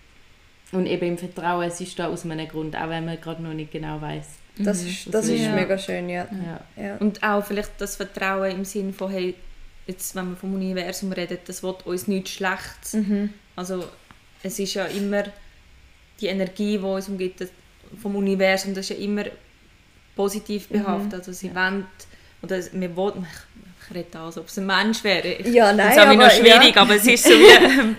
Und eben im Vertrauen, es ist da aus einem Grund, auch wenn man gerade noch nicht genau weiss. Das ist, das Das ist ist- mega schön, ja. Ja. ja. Und auch vielleicht das Vertrauen im Sinne von, hey, jetzt, wenn wir vom Universum reden, das will uns nichts Schlechtes. Mhm. Also es ist ja immer die Energie, die uns umgibt, das- vom Universum, das ist ja immer positiv behaftet. Also sie wollen, oder wir wollen, ich, ich rede da, als ob es ein Mensch wäre. Ich, Ja, nein, das ist auch noch aber- schwierig, ja. aber es ist so wie, ähm,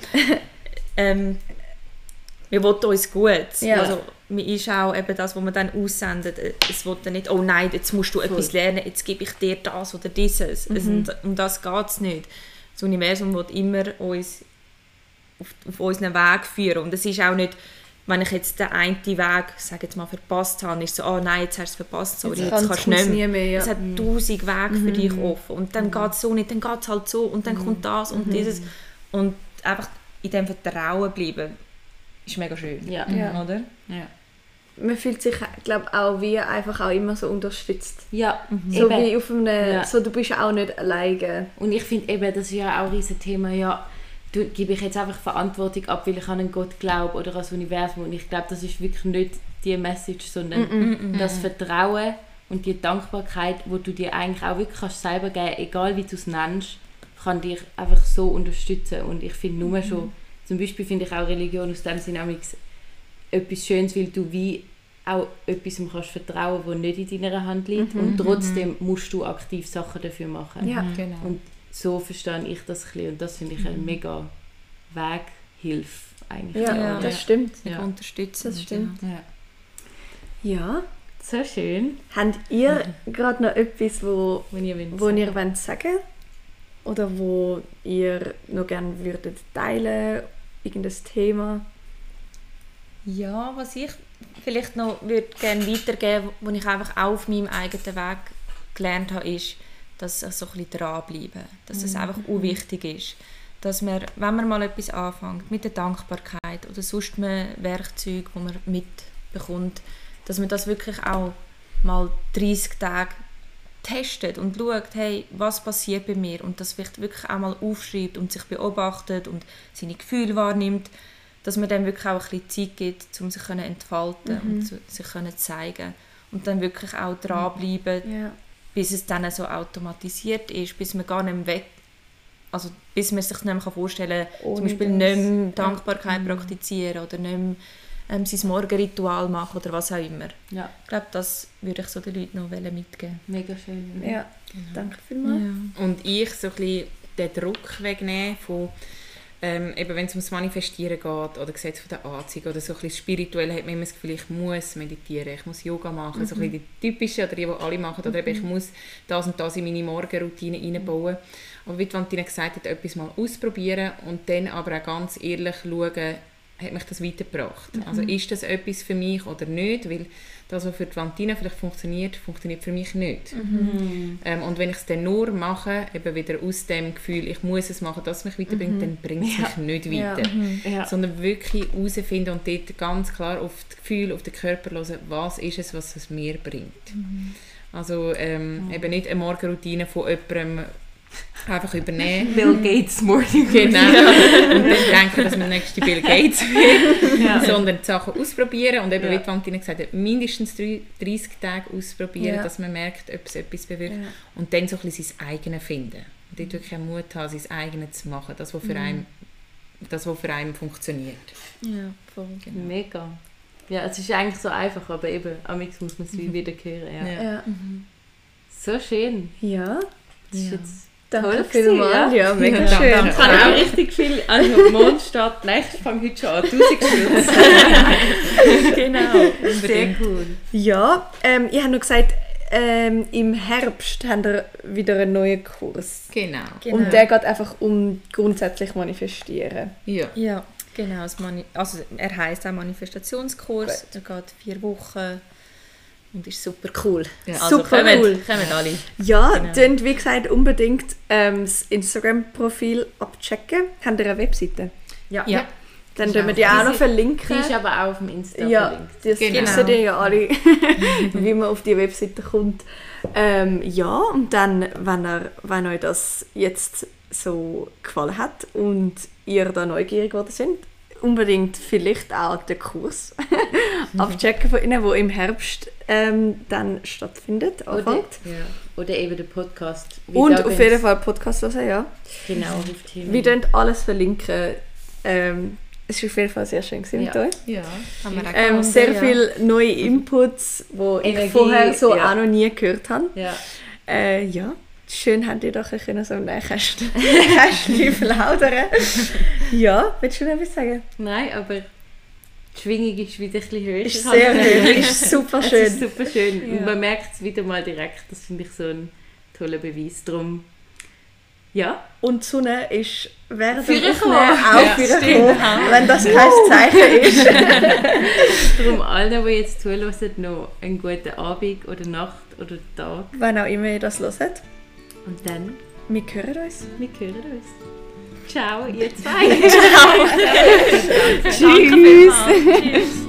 ähm, wir wollen uns gut. Ja. Also mir ist auch eben das, was man dann aussendet, es will dann nicht, oh nein, jetzt musst du etwas lernen, jetzt gebe ich dir das oder dieses. Es, um das geht es nicht. Das Universum will immer uns auf, auf unseren Weg führen. Und es ist auch nicht, wenn ich jetzt den einen Weg, sage jetzt mal, verpasst habe, ist so, oh nein, jetzt hast du es verpasst, sorry, jetzt, Kann's- kannst du kommt's nicht mehr. nie mehr, ja. Es hat tausend Wege für dich offen. Und dann geht es so nicht, dann geht es halt so und dann kommt das und dieses. Und einfach in diesem Vertrauen bleiben, ist mega schön. Ja. Ja. Oder? ja. Man fühlt sich, glaube auch wie einfach auch immer so unterstützt. Ja, So eben. wie auf einem, Ja. so du bist auch nicht alleine. Und ich finde eben, das ist ja auch ein riesen Thema, ja, du, gebe ich jetzt einfach Verantwortung ab, weil ich an einen Gott glaube oder an das Universum. Und ich glaube, das ist wirklich nicht die Message, sondern das Vertrauen und die Dankbarkeit, wo du dir eigentlich auch wirklich kannst selber geben, egal wie du es nennst, kann dich einfach so unterstützen. Und ich finde nur schon, zum Beispiel finde ich auch Religion aus dem Sinne amigs etwas Schönes, weil du wie auch etwas kannst vertrauen, was nicht in deiner Hand liegt. Und trotzdem musst du aktiv Sachen dafür machen. Ja. Genau. Und so verstehe ich das ein bisschen. Und das finde ich eine mega Weghilfe eigentlich. Ja, Ja. das stimmt. Ja. Unterstützen. Das stimmt. Ja. Ja. So schön. Habt ihr gerade noch etwas, wo, Wenn ihr wollt. wo ihr wollt sagen oder wo ihr noch gerne würdet teilen, irgendein Thema? Ja, was ich vielleicht noch würde gerne weitergeben, was ich einfach auch auf meinem eigenen Weg gelernt habe, ist, dass ich so ein bisschen dranbleiben. Dass es einfach unwichtig ist. Dass man, wenn man mal etwas anfängt, mit der Dankbarkeit oder sonst einem Werkzeug, das man mitbekommt, dass man das wirklich auch mal dreißig Tage testet und schaut, hey, was passiert bei mir, und das vielleicht wirklich auch mal aufschreibt und sich beobachtet und seine Gefühle wahrnimmt, dass man dann wirklich auch ein bisschen Zeit gibt, um sich zu entfalten und zu, sich zu zeigen und dann wirklich auch dranbleiben, Ja. bis es dann so automatisiert ist, bis man gar nicht mehr weg, also bis man sich nicht mehr vorstellen kann, Ohne zum Beispiel das. nicht mehr Dankbarkeit praktizizieren oder nicht mehr ähm, sein Morgenritual machen oder was auch immer. Ja, Ich glaube, das würde ich so den Leuten noch mitgeben. mega schön. Ja. Danke vielmals. Und ich so ein bisschen den Druck wegnehmen von, ähm, eben wenn es ums Manifestieren geht oder Gesetz von der Anziehung oder so ein bisschen spirituell, hat man immer das Gefühl, ich muss meditieren, ich muss Yoga machen, so ein bisschen die typischen oder die, die alle machen, oder eben, ich muss das und das in meine Morgenroutine reinbauen. Aber wie Valentina gesagt hat, etwas mal ausprobieren und dann aber auch ganz ehrlich schauen, hat mich das weitergebracht. Also ist das etwas für mich oder nicht, weil das, was für die Valentina vielleicht funktioniert, funktioniert für mich nicht. Ähm, und wenn ich es dann nur mache, eben wieder aus dem Gefühl, ich muss es machen, dass es mich weiterbringt, dann bringt es mich nicht Ja. weiter. Ja. Sondern wirklich herausfinden und dort ganz klar auf das Gefühl, auf den Körper hören, was ist es, was es mir bringt. Also ähm, eben nicht eine Morgenroutine von jemandem einfach übernehmen. Bill Gates Morning. Genau. Und dann denken, dass man der nächste Bill Gates wird. Ja. Sondern die Sachen ausprobieren und eben, Ja. wie Valentina gesagt hat, mindestens dreißig Tage ausprobieren, Ja. dass man merkt, ob es etwas bewirkt. Ja. Und dann so ein bisschen sein eigenes finden. Und dort wirklich einen Mut haben, sein eigenes zu machen. Das, was für, einen, das, was für einen funktioniert. Ja, voll. Mega. Ja, es ist eigentlich so einfach, aber eben, amix muss man es wie wieder hören. Ja. Ja. Ja. So schön. Ja. Das ist Ja. jetzt Danke Toll vielmals. gewesen, Ja, mega Ja, schön. danke. Ich habe auch richtig viel, also Mondstart, nächstes fange heute schon an, tausend Schulz. Genau. Sehr cool. Ja, ähm, ich habe noch gesagt, ähm, im Herbst haben wir wieder einen neuen Kurs. Genau. Genau. Und der geht einfach um grundsätzlich manifestieren. Ja. Ja, genau. Das Mani- also, er heisst auch Manifestationskurs. Der geht vier Wochen und ist super cool. Ja. Also, Super kommen, cool. kommen alle. Ja, Genau. dann wie gesagt unbedingt ähm, das Instagram-Profil abchecken. Habt ihr eine Webseite? Ja. Ja. Dann ist tun wir auch- die auch die noch ist- verlinken. Die ist aber auch auf dem Insta Ja, verlinkt. das Genau. wissen die ja alle, wie man auf die Webseite kommt. Ähm, ja, und dann, wenn, er, wenn euch das jetzt so gefallen hat und ihr da neugierig geworden sind, unbedingt vielleicht auch den Kurs abchecken von ihnen, der im Herbst ähm, dann stattfindet, Oder, anfängt. ja. Oder eben der Podcast. Und Wieder, auf wenn's jeden Fall Podcast hören, ja. Genau, auf Themen. Wir werden alles verlinken. Ähm, es war auf jeden Fall sehr schön gewesen mit Ja. euch. Ja. Haben wir auch Ähm, gefunden, sehr ja. viele neue Inputs, die ich Energie, vorher so ja. auch noch nie gehört habe. Ja. Äh, ja, schön habt ihr doch ein bisschen so ein Kästchen Kästchen plaudern. Ja, willst du noch etwas sagen? Nein, aber die Schwingung ist wieder ein bisschen höher. Ist sehr schön, ist super Es ist schön. super schön. Ja. Und man merkt es wieder mal direkt. Das finde ich so ein toller Beweis. Drum, ja. Und die Sonne ist während Für dem euch Aufnehmen auch. auch Ja, für stimmt. euch, wenn das kein Zeichen ist. Darum allen, die jetzt zuhören, noch einen guten Abend oder Nacht oder Tag. Wenn auch immer ihr das hört. Und dann, Wir hören uns. wir hören uns. Ciao, ihr zwei. Danke vielmals. Tschüss.